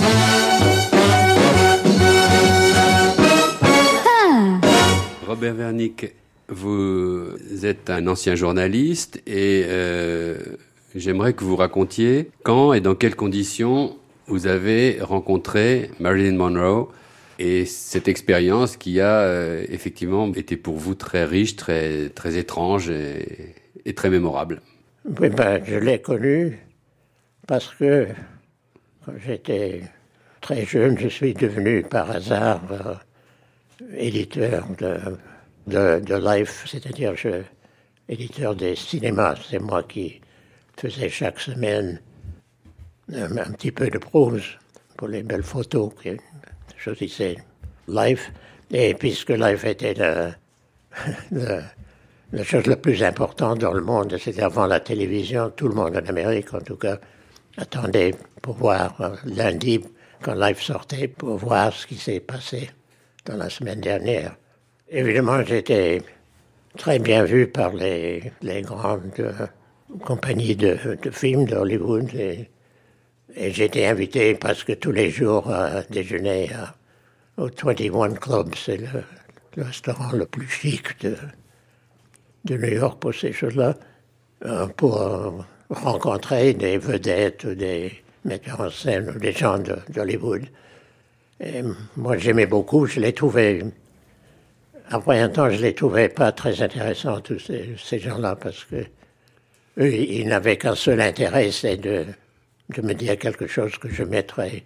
Huh. Robert Wernick, vous êtes un ancien journaliste et euh, j'aimerais que vous racontiez quand et dans quelles conditions vous avez rencontré Marilyn Monroe et cette expérience qui a euh, effectivement été pour vous très riche, très, très étrange et, et très mémorable. Oui, ben, je l'ai connue parce que quand j'étais très jeune, je suis devenu par hasard euh, éditeur de, de, de Life, c'est-à-dire je, éditeur des cinémas. C'est moi qui faisais chaque semaine un, un petit peu de prose pour les belles photos que je choisissais Life. Et puisque Life était le, le, la chose la plus importante dans le monde, c'était avant la télévision, tout le monde en Amérique en tout cas attendait pour voir euh, lundi quand Life sortait pour voir ce qui s'est passé dans la semaine dernière. Évidemment, j'étais très bien vu par les, les grandes euh, compagnies de, de films d'Hollywood et, et j'étais invité parce que tous les jours à déjeuner à, au vingt et un Club, c'est le, le restaurant le plus chic de, de New York pour ces choses-là, euh, pour euh, rencontrer des vedettes ou des metteurs en scène ou des gens de, d'Hollywood. Et moi, j'aimais beaucoup, je les trouvais... Après un temps, je les trouvais pas très intéressants, tous ces, ces gens-là, parce que eux, ils n'avaient qu'un seul intérêt, c'est de, de me dire quelque chose que je mettrais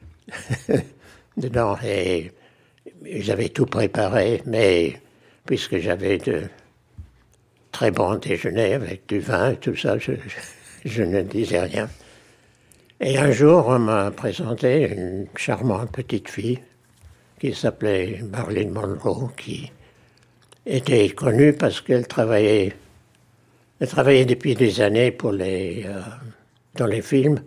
dedans. Et ils avaient tout préparé, mais puisque j'avais de très bons déjeuners avec du vin et tout ça, je, je ne disais rien. Et un jour, on m'a présenté une charmante petite fille qui s'appelait Marilyn Monroe, qui était connue parce qu'elle travaillait, elle travaillait depuis des années pour les, euh, dans les films,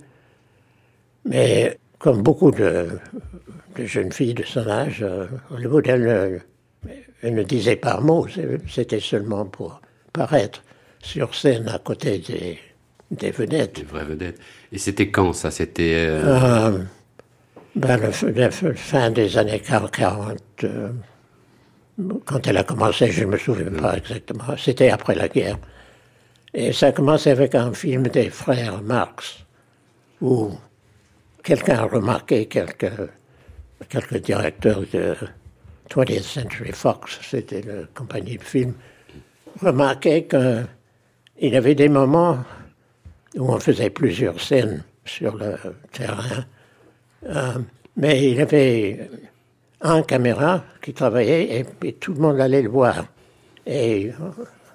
mais comme beaucoup de, de jeunes filles de son âge, euh, Hollywood, elle, elle ne disait pas un mot, c'était seulement pour paraître sur scène à côté des, des vedettes. Des vraies vedettes. Et c'était quand ça? C'était... Euh... Euh, ben, le, la fin des années quarante, euh, quand elle a commencé, je ne me souviens mmh. pas exactement, c'était après la guerre. Et ça a commencé avec un film des frères Marx, où quelqu'un a remarqué, quelques, quelques directeurs de twentieth Century Fox, c'était la compagnie de films, remarquaient qu'il y avait des moments où on faisait plusieurs scènes sur le terrain. Euh, mais il y avait un caméra qui travaillait et, et tout le monde allait le voir. Et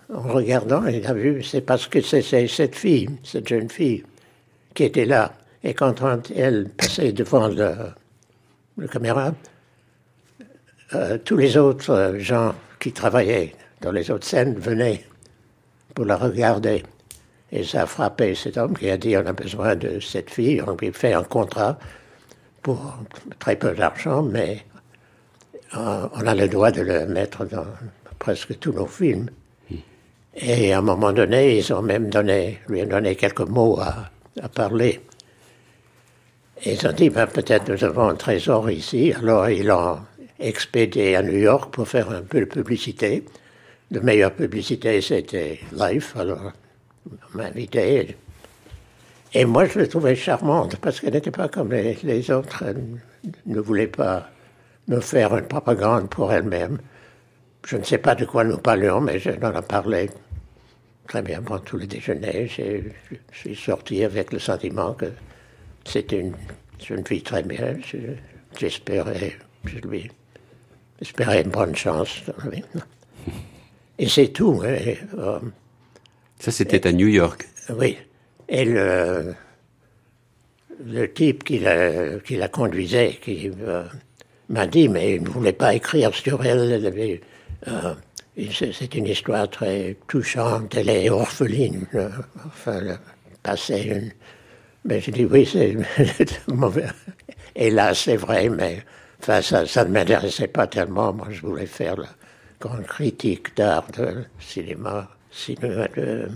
en regardant, il a vu, c'est parce que c'est, c'est cette fille, cette jeune fille, qui était là. Et quand elle passait devant le, le caméra, euh, tous les autres gens qui travaillaient dans les autres scènes venaient pour la regarder. Et ça a frappé cet homme qui a dit, on a besoin de cette fille, on lui fait un contrat pour très peu d'argent, mais euh, on a le droit de le mettre dans presque tous nos films. Et à un moment donné, ils ont même donné, lui ont donné quelques mots à, à parler. Et ils ont dit, ben, peut-être nous avons un trésor ici. Alors ils l'ont expédié à New York pour faire un peu de publicité. La meilleure publicité, c'était Life. Alors on m'a invité. Et moi, je la trouvais charmante parce qu'elle n'était pas comme les, les autres. Elle ne voulait pas me faire une propagande pour elle-même. Je ne sais pas de quoi nous parlions, mais je en ai parlé très bien pendant tout le déjeuner. J'ai, je suis sorti avec le sentiment que c'était une jeune fille très bien. Je, j'espérais, je lui espérais une bonne chance dans la vie. Et c'est tout. Et, euh, Ça, c'était et, à New York. Oui. Et le, le type qui la, qui la conduisait, qui euh, m'a dit, mais il ne voulait pas écrire sur elle. Elle avait, euh, c'est une histoire très touchante. Elle est orpheline. Euh, enfin, le passé une... Mais j'ai dit, oui, c'est mauvais. Et là, c'est vrai, mais enfin, ça, ça ne m'intéressait pas tellement. Moi, je voulais faire la grande critique d'art, de cinéma, cinéma de...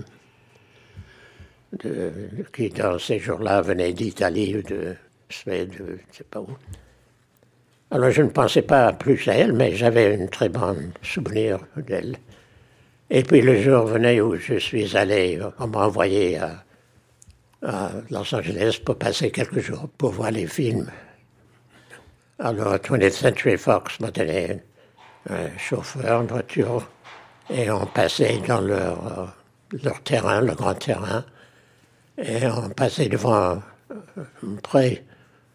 De, qui dans ces jours-là venait d'Italie ou de Suède, je ne sais pas où. Alors je ne pensais pas plus à elle, mais j'avais un très bon souvenir d'elle. Et puis le jour venait où je suis allé, on m'a envoyé à, à Los Angeles pour passer quelques jours pour voir les films. Alors twentieth Century Fox m'a donné un, un chauffeur, une voiture, et on passait dans leur, leur terrain, le grand terrain. Et on passait devant un, un pré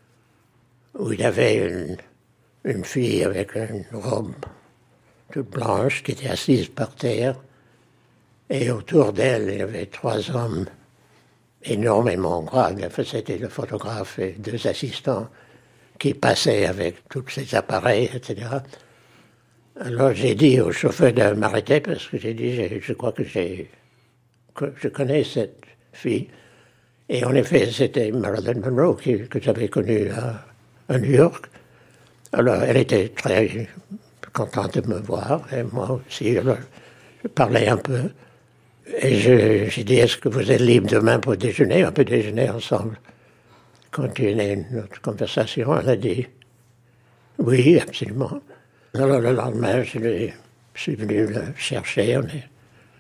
où il y avait une, une fille avec une robe toute blanche qui était assise par terre. Et autour d'elle, il y avait trois hommes énormément grands. C'était le photographe et deux assistants qui passaient avec tous ces appareils, et cetera. Alors j'ai dit au chauffeur de m'arrêter parce que j'ai dit, je, je crois que, j'ai, que je connais cette fille. Et en effet, c'était Marilyn Monroe qui, que j'avais connue à, à New York. Alors, elle était très contente de me voir, et moi aussi. Alors, je parlais un peu. Et je, j'ai dit, est-ce que vous êtes libre demain pour déjeuner? On peut déjeuner ensemble. Continuer notre conversation. Elle a dit, oui, absolument. Alors, le lendemain, je, lui, je suis venu le chercher. On est,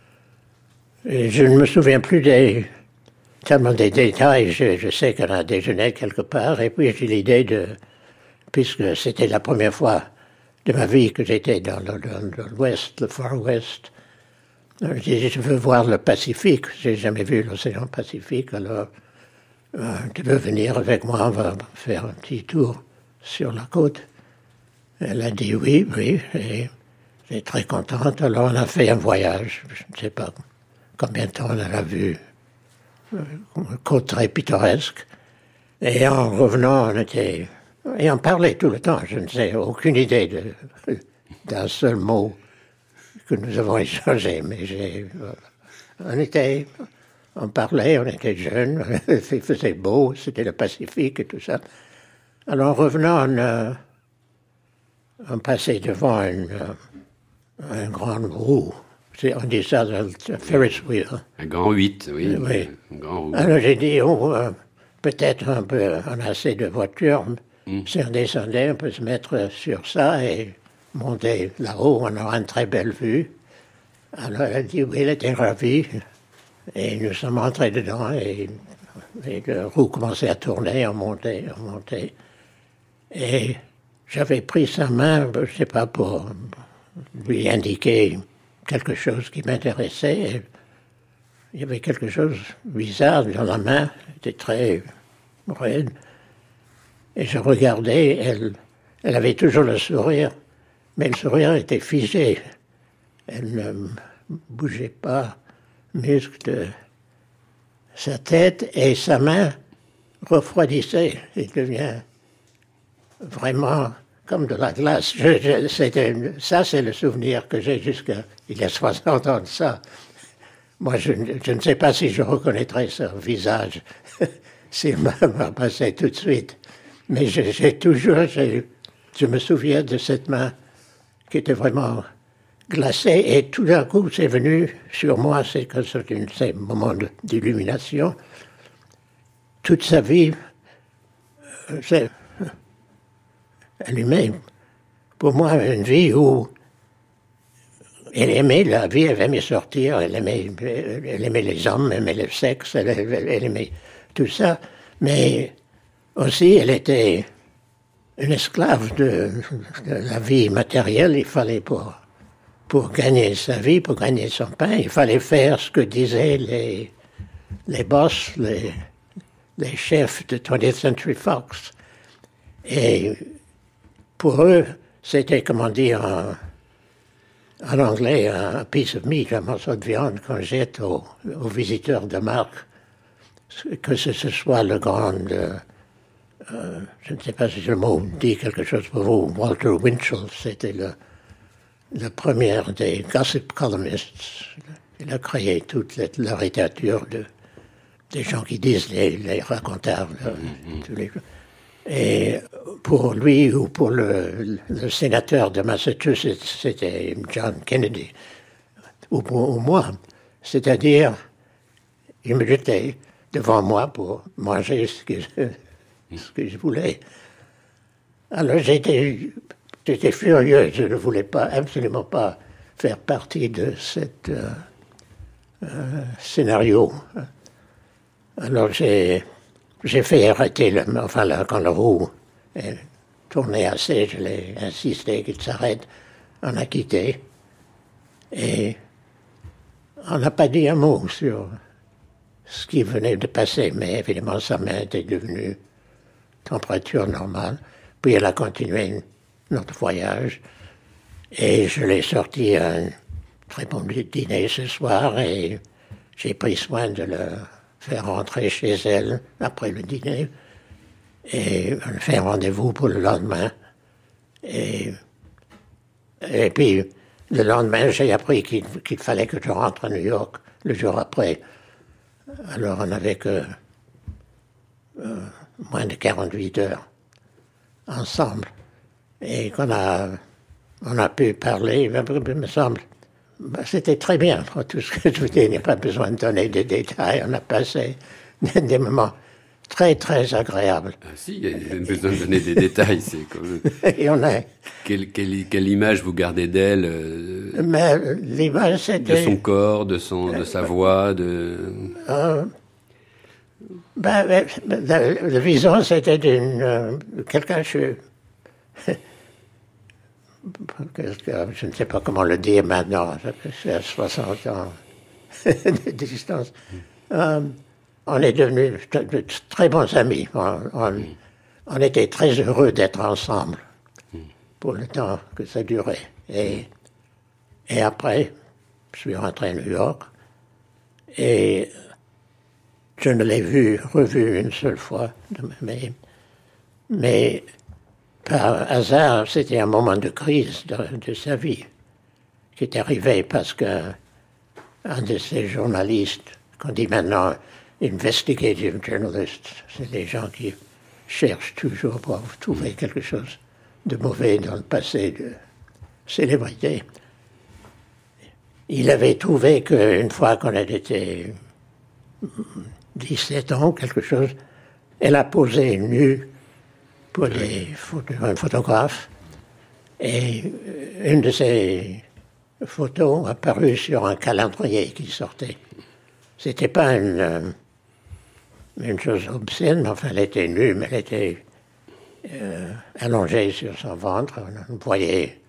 et je ne me souviens plus des... tellement des détails, je, je sais qu'on a déjeuné quelque part, et puis j'ai l'idée de, puisque c'était la première fois de ma vie que j'étais dans, le, dans, dans l'Ouest, le Far West, j'ai dit, je veux voir le Pacifique, j'ai jamais vu l'océan Pacifique, alors euh, tu veux venir avec moi, on va faire un petit tour sur la côte. Elle a dit oui, oui, et j'étais très contente, alors on a fait un voyage, je ne sais pas combien de temps on a vu. Une côte très pittoresque. Et en revenant, on était... Et on parlait tout le temps. Je ne sais, aucune idée de, d'un seul mot que nous avons échangé. Mais j'ai... On était... On parlait, on était jeunes, il faisait beau, c'était le Pacifique et tout ça. Alors en revenant, on, euh, on passait devant une, euh, une grande roue. On dit ça, le Ferris wheel. Un grand huit, oui. oui. Un grand roue. Alors j'ai dit, oh, euh, peut-être un peu, on a assez de voitures. Mm. Si on descendait, on peut se mettre sur ça et monter là-haut, on aura une très belle vue. Alors elle a dit, oui, elle était ravie. Et nous sommes entrés dedans et, et la roue commençait à tourner, on montait, on montait. Et j'avais pris sa main, je ne sais pas, pour lui indiquer quelque chose qui m'intéressait. Et il y avait quelque chose de bizarre dans la main, c'était très raide. Et je regardais, elle, elle avait toujours le sourire, mais le sourire était figé. Elle ne bougeait pas muscle de sa tête et sa main refroidissait. Il devient vraiment comme de la glace. Je, je, c'était une, ça, c'est le souvenir que j'ai jusqu'à il y a soixante ans de ça. Moi, je, je ne sais pas si je reconnaîtrais son visage s'il m'a passé tout de suite. Mais j'ai, j'ai toujours, j'ai, je me souviens de cette main qui était vraiment glacée et tout d'un coup, c'est venu sur moi, c'est que c'est un ces moments de, d'illumination. Toute sa vie, c'est allumé. Pour moi, une vie où elle aimait la vie, elle aimait sortir, elle aimait, elle aimait les hommes, elle aimait le sexe, elle, elle, elle aimait tout ça, mais aussi elle était une esclave de, de la vie matérielle. Il fallait pour, pour gagner sa vie, pour gagner son pain, il fallait faire ce que disaient les, les boss, les, les chefs de twentieth Century Fox. Et pour eux, c'était, comment dire, en, en anglais, un piece of meat, un morceau de viande qu'on jette aux, aux visiteurs de marque. Que ce, ce soit le grand, euh, euh, je ne sais pas si le mot dit quelque chose pour vous, Walter Winchell, c'était le, le premier des gossip columnists. Il a créé toute la, la littérature de, des gens qui disent les, les racontards. Mm-hmm. Tous les, et pour lui ou pour le, le sénateur de Massachusetts, c'était John Kennedy, ou pour moi. C'est-à-dire, il me jetait devant moi pour manger ce que je, ce que je voulais. Alors j'étais, j'étais furieux, je ne voulais pas, absolument pas faire partie de cet euh, euh, scénario. Alors j'ai... J'ai fait arrêter, le, enfin là, quand la roue est tournée assez, je l'ai insisté qu'il s'arrête. On a quitté et on n'a pas dit un mot sur ce qui venait de passer, mais évidemment sa main était devenue température normale. Puis elle a continué notre voyage et je l'ai sorti à un très bon dîner ce soir et j'ai pris soin de le faire rentrer chez elle après le dîner et on fait rendez-vous pour le lendemain. Et, et puis, le lendemain, j'ai appris qu'il, qu'il fallait que je rentre à New York le jour après. Alors, on n'avait que euh, moins de quarante-huit heures ensemble. Et qu'on a, on a pu parler, il me semble. Ben, c'était très bien, tout ce que je vous dis, il n'y a pas besoin de donner des détails. On a passé des moments très, très agréables. Ah si, il y a besoin de donner des détails. C'est comme... Et on a... Quelle, quelle, quelle image vous gardez d'elle euh, Mais l'image, c'était... De son corps, de, son, de sa voix, de... Euh, ben, le, le vision, c'était d'une... Euh, quelqu'un... Je, je ne sais pas comment le dire maintenant, c'est à soixante ans de distance. Euh, on est devenus de très bons amis. On, on, on était très heureux d'être ensemble pour le temps que ça durait. Et, et après, je suis rentré à New York et je ne l'ai vu, revu une seule fois. Mais, mais par hasard, c'était un moment de crise de, de sa vie qui est arrivé parce qu'un de ces journalistes, qu'on dit maintenant investigative journalists, c'est des gens qui cherchent toujours pour trouver quelque chose de mauvais dans le passé de célébrité. Il avait trouvé qu'une fois qu'on a été dix-sept ans, quelque chose, elle a posé nue pour des photos, un photographe, et une de ces photos apparue sur un calendrier qui sortait. C'était pas une, une chose obscène, mais enfin, elle était nue, mais elle était euh, allongée sur son ventre. On voyait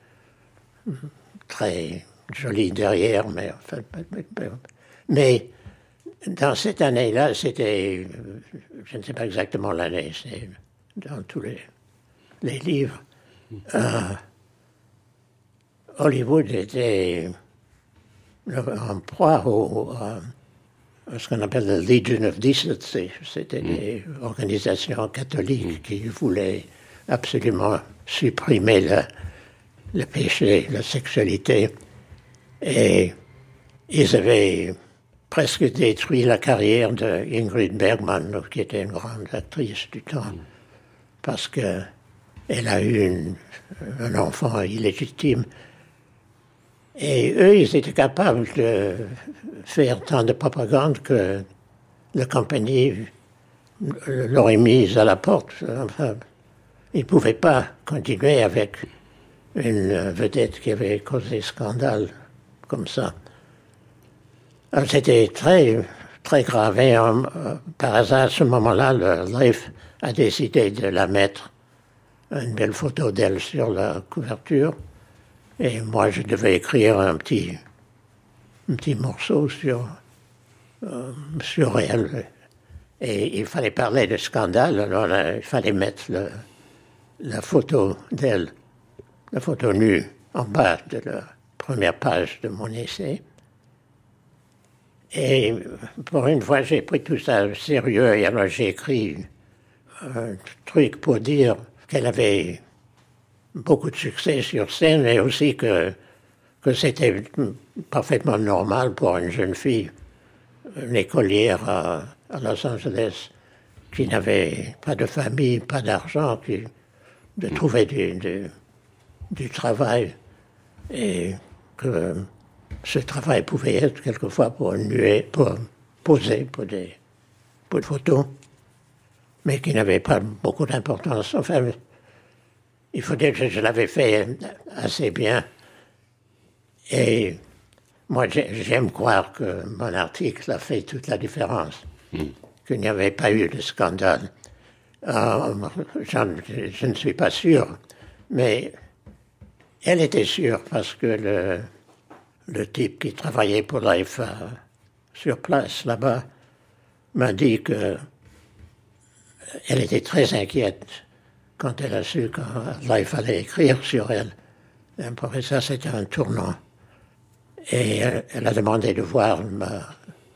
très jolie derrière, mais enfin, mais dans cette année-là, c'était, je ne sais pas exactement l'année, c'est dans tous les, les livres, euh, Hollywood était en proie au, à, à ce qu'on appelle la Legion of Decency. C'était mmh. des organisations catholiques mmh. qui voulaient absolument supprimer le, le péché, la sexualité. Et ils avaient presque détruit la carrière de Ingrid Bergman, qui était une grande actrice du temps, mmh. parce qu'elle a eu une, un enfant illégitime. Et eux, ils étaient capables de faire tant de propagande que la compagnie l'aurait mise à la porte. Enfin, ils ne pouvaient pas continuer avec une vedette qui avait causé scandale comme ça. Alors, c'était très, très grave. Et euh, par hasard, à ce moment-là, le Life a décidé de la mettre, une belle photo d'elle sur la couverture. Et moi, je devais écrire un petit, un petit morceau sur, euh, sur elle. Et il fallait parler de scandale, alors là, il fallait mettre le, la photo d'elle, la photo nue, en bas de la première page de mon essai. Et pour une fois, j'ai pris tout ça au sérieux, et alors j'ai écrit un truc pour dire qu'elle avait beaucoup de succès sur scène, et aussi que, que c'était parfaitement normal pour une jeune fille, une écolière à, à Los Angeles, qui n'avait pas de famille, pas d'argent, qui, de trouver du, du, du travail, et que ce travail pouvait être quelquefois pour nuer, pour poser pour des, pour des photos, mais qui n'avait pas beaucoup d'importance. Enfin, il faut dire que je l'avais fait assez bien. Et moi, j'aime croire que mon article a fait toute la différence, mmh. qu'il n'y avait pas eu de scandale. Euh, je, je ne suis pas sûr, mais elle était sûre parce que le, le type qui travaillait pour Life euh, sur place là-bas m'a dit que elle était très inquiète quand elle a su que Life allait écrire sur elle. Et pour ça, c'était un tournant. Et elle, elle a demandé de voir ma,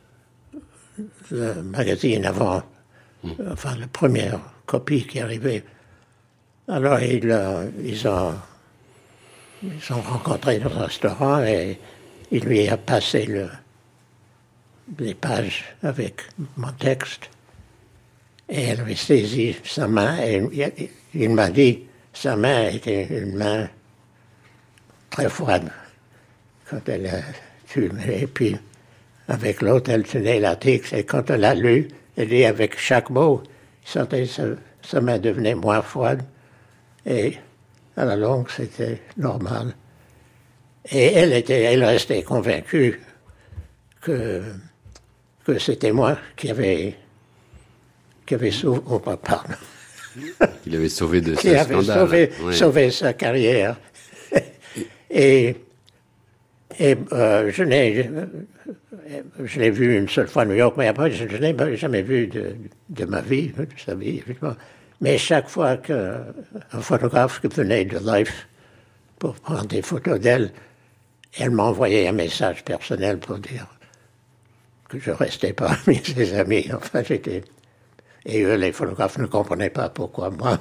le magazine avant, mmh. enfin la première copie qui arrivait. Alors ils, euh, ils ont ils sont rencontrés dans un restaurant et il lui a passé le, les pages avec mon texte. Et elle avait saisi sa main et il, il m'a dit sa main était une main très froide quand elle a tué. Et puis avec l'autre, elle tenait l'article et quand elle l'a lu, elle dit avec chaque mot, il sentait sa, sa main devenait moins froide et à la longue, c'était normal. Et elle était, elle restait convaincue que, que c'était moi qui avait, qui avait sauvé, oh, pardon. Il avait sauvé de ce scandale. Qui avait sauvé, ouais. sauvé sa carrière. et et euh, je l'ai, je l'ai vu une seule fois à New York, mais après, je ne l'ai jamais vu de, de ma vie, de sa vie, évidemment. Mais chaque fois qu'un photographe venait de Life pour prendre des photos d'elle, elle m'envoyait un message personnel pour dire que je restais parmi ses amis. Enfin, j'étais... Et eux, les photographes, ne comprenaient pas pourquoi moi...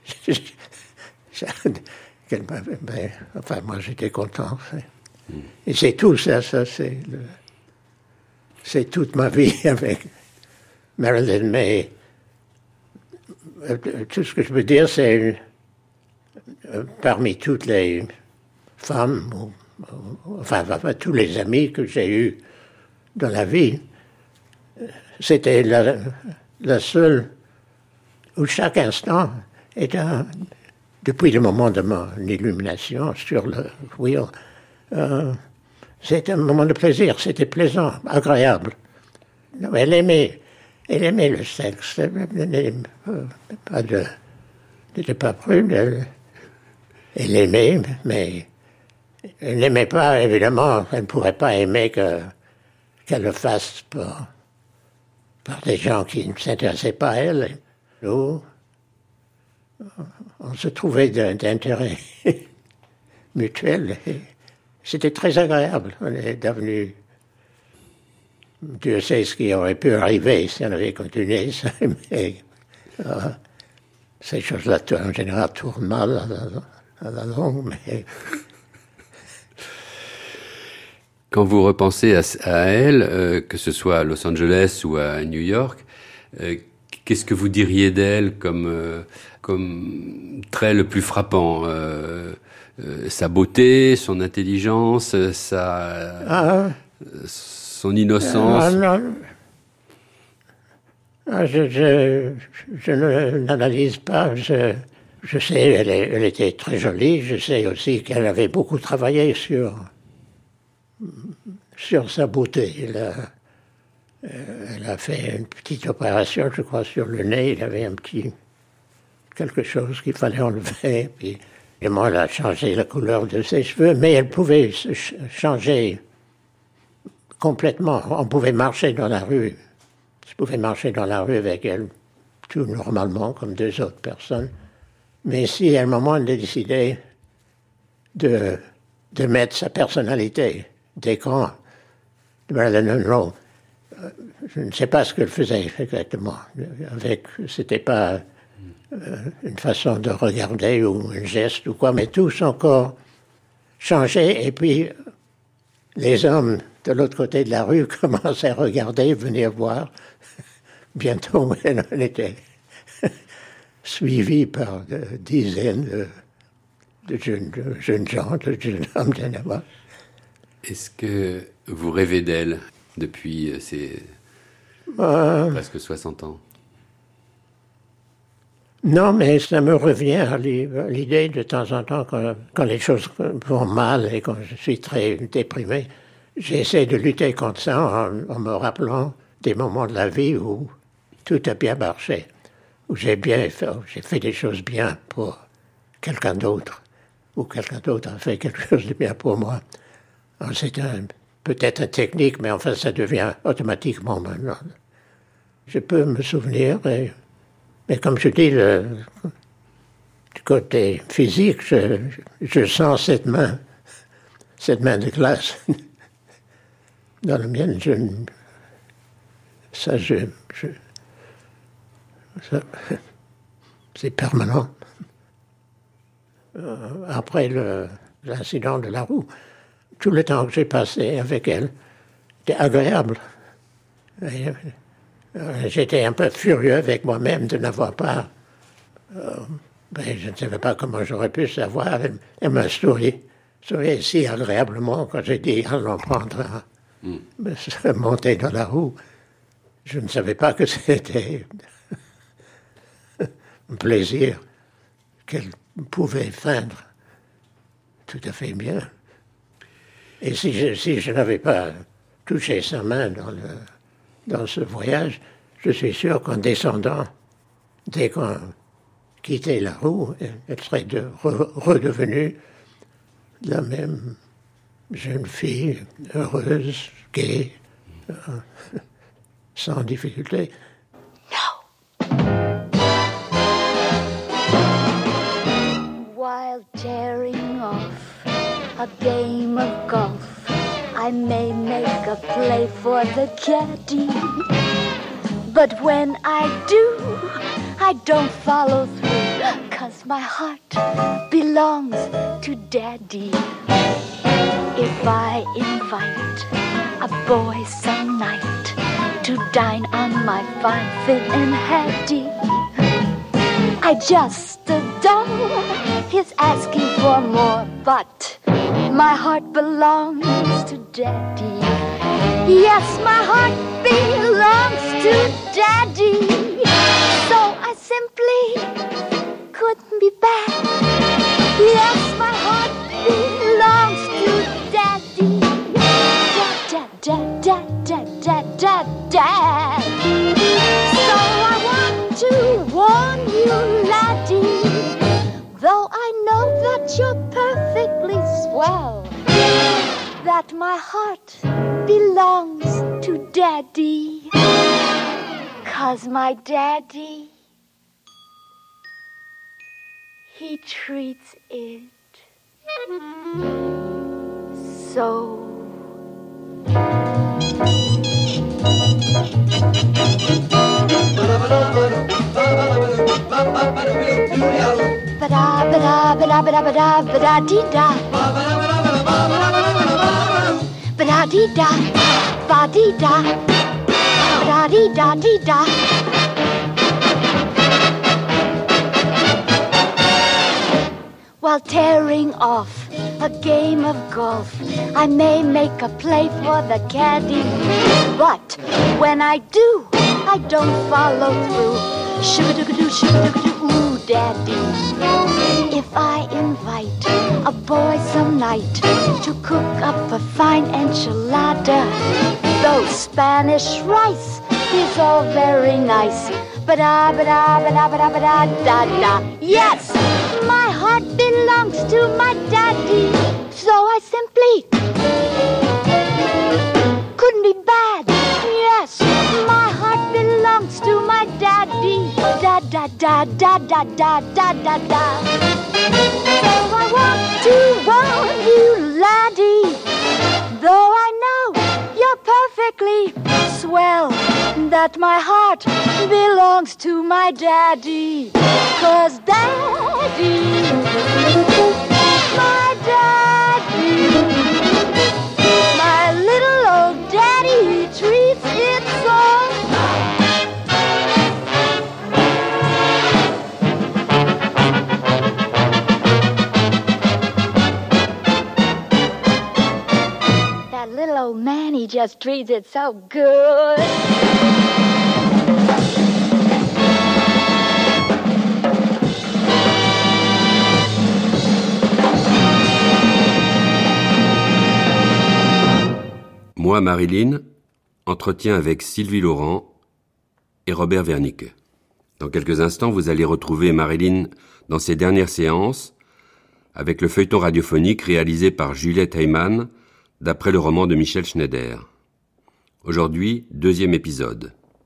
ben, enfin, moi, j'étais content. Et c'est tout ça, ça c'est... Le... C'est toute ma vie avec Marilyn May. Tout ce que je veux dire, c'est euh, parmi toutes les femmes, ou, ou, enfin, enfin, tous les amis que j'ai eus dans la vie, c'était la, la seule où chaque instant était, un, depuis le moment de mon illumination sur le wheel, euh, c'était un moment de plaisir, c'était plaisant, agréable. Elle aimait. Elle aimait le sexe, elle n'était pas, de, n'était pas prude, elle, elle aimait, mais elle n'aimait pas, évidemment, elle ne pourrait pas aimer que, qu'elle le fasse par, par des gens qui ne s'intéressaient pas à elle. Nous, on se trouvait d'intérêt mutuel, et c'était très agréable, on est devenus Dieu sait ce qui aurait pu arriver si on avait continué ça, mais euh, ces choses-là, en général, tournent mal à la, à la longue, mais... Quand vous repensez à, à elle, euh, que ce soit à Los Angeles ou à New York, euh, qu'est-ce que vous diriez d'elle comme, euh, comme trait le plus frappant euh, euh, sa beauté, son intelligence, sa, Ah, son innocence. Ah, non. Ah, je, je, je ne n'analyse pas. Je, je sais, elle, est, elle était très jolie. Je sais aussi qu'elle avait beaucoup travaillé sur, sur sa beauté. Elle a, elle a fait une petite opération, je crois, sur le nez. Il y avait un petit quelque chose qu'il fallait enlever. Puis, évidemment, elle a changé la couleur de ses cheveux, mais elle pouvait changer complètement. On pouvait marcher dans la rue. Je pouvais marcher dans la rue avec elle, tout normalement, comme deux autres personnes. Mais si, à un moment, elle a décidé de, de mettre sa personnalité d'écran, Marilyn Monroe, je ne sais pas ce qu'elle faisait exactement. Avec, c'était pas euh, une façon de regarder ou un geste ou quoi, mais tout son corps changeait. Et puis, les hommes de l'autre côté de la rue commençaient à regarder, venir voir. Bientôt, elle était suivie par de dizaines de, de, jeunes, de jeunes gens, de jeunes hommes, je ne sais pas. Est-ce que vous rêvez d'elle depuis ces euh, presque soixante ans? Non, mais ça me revient à l'idée de temps en temps, quand, quand les choses vont mal et quand je suis très déprimé, j'essaie de lutter contre ça en, en me rappelant des moments de la vie où tout a bien marché, où j'ai bien fait, j'ai fait des choses bien pour quelqu'un d'autre, ou quelqu'un d'autre a fait quelque chose de bien pour moi. Alors c'est un, peut-être une technique, mais enfin ça devient automatiquement maintenant. Je peux me souvenir, et, mais comme je dis, le, du côté physique, je, je sens cette main, cette main de glace. Dans la mienne, je, ça, je, je ça, c'est permanent. Euh, après le, l'incident de la roue, tout le temps que j'ai passé avec elle était agréable. Et, euh, j'étais un peu furieux avec moi-même de n'avoir pas... Euh, ben, je ne savais pas comment j'aurais pu savoir. Elle, elle m'a souri, souri si agréablement quand j'ai dit « allons prendre un... Mm. » monter dans la roue. Je ne savais pas que c'était un plaisir qu'elle pouvait feindre tout à fait bien. Et si je, si je n'avais pas touché sa main dans, le, dans ce voyage, je suis sûr qu'en descendant, dès qu'on quittait la roue, elle, elle serait de, re, redevenue la même jeune fille, heureuse, gaie, euh, sans difficulté. While tearing off a game of golf, I may make a play for the caddy. But when I do, I don't follow through, 'cause my heart belongs to Daddy. If I invite a boy some night to dine on my fine Finn and Hattie, I just adore his asking for more, but my heart belongs to Daddy. Yes, my heart belongs to Daddy. So I simply couldn't be bad. Yes, my heart belongs to Daddy. Dad, dad, dad, dad, dad, dad, dad. So I want to warn you, laddie, though I know that you're perfectly swell, that my heart belongs to Daddy. 'Cause my Daddy, he treats it so Ba-da, ba-da, ba-da, ba-da, ba-da, ba-da-dee-da. Ba-da-dee-da, ba-dee-da, ba-da-dee-da-dee-da. While tearing off a game of golf, I may make a play for the caddy, but when I do, I don't follow through. Sugar-doo-doo, sugar-doo-doo, ooh, daddy. If I invite a boy some night to cook up a fine enchilada, though Spanish rice is all very nice, ba-da, ba-da, ba-da, ba-da, ba-da, da-da. Yes, my heart belongs to my daddy, so I simply couldn't be bad. Yes, my heart belongs to my daddy, da da da da da da da da da. So I want to warn you, laddie, though I know you're perfectly swell, that my heart belongs to my daddy, 'cause daddy, my daddy, my little old daddy, he treats it so. That little old man, he just treats it so good. Moi, Marilyn, entretien avec Sylvie Laurent et Robert Wernicke. Dans quelques instants, vous allez retrouver Marilyn dans ses dernières séances avec le feuilleton radiophonique réalisé par Juliette Heyman d'après le roman de Michel Schneider. Aujourd'hui, deuxième épisode.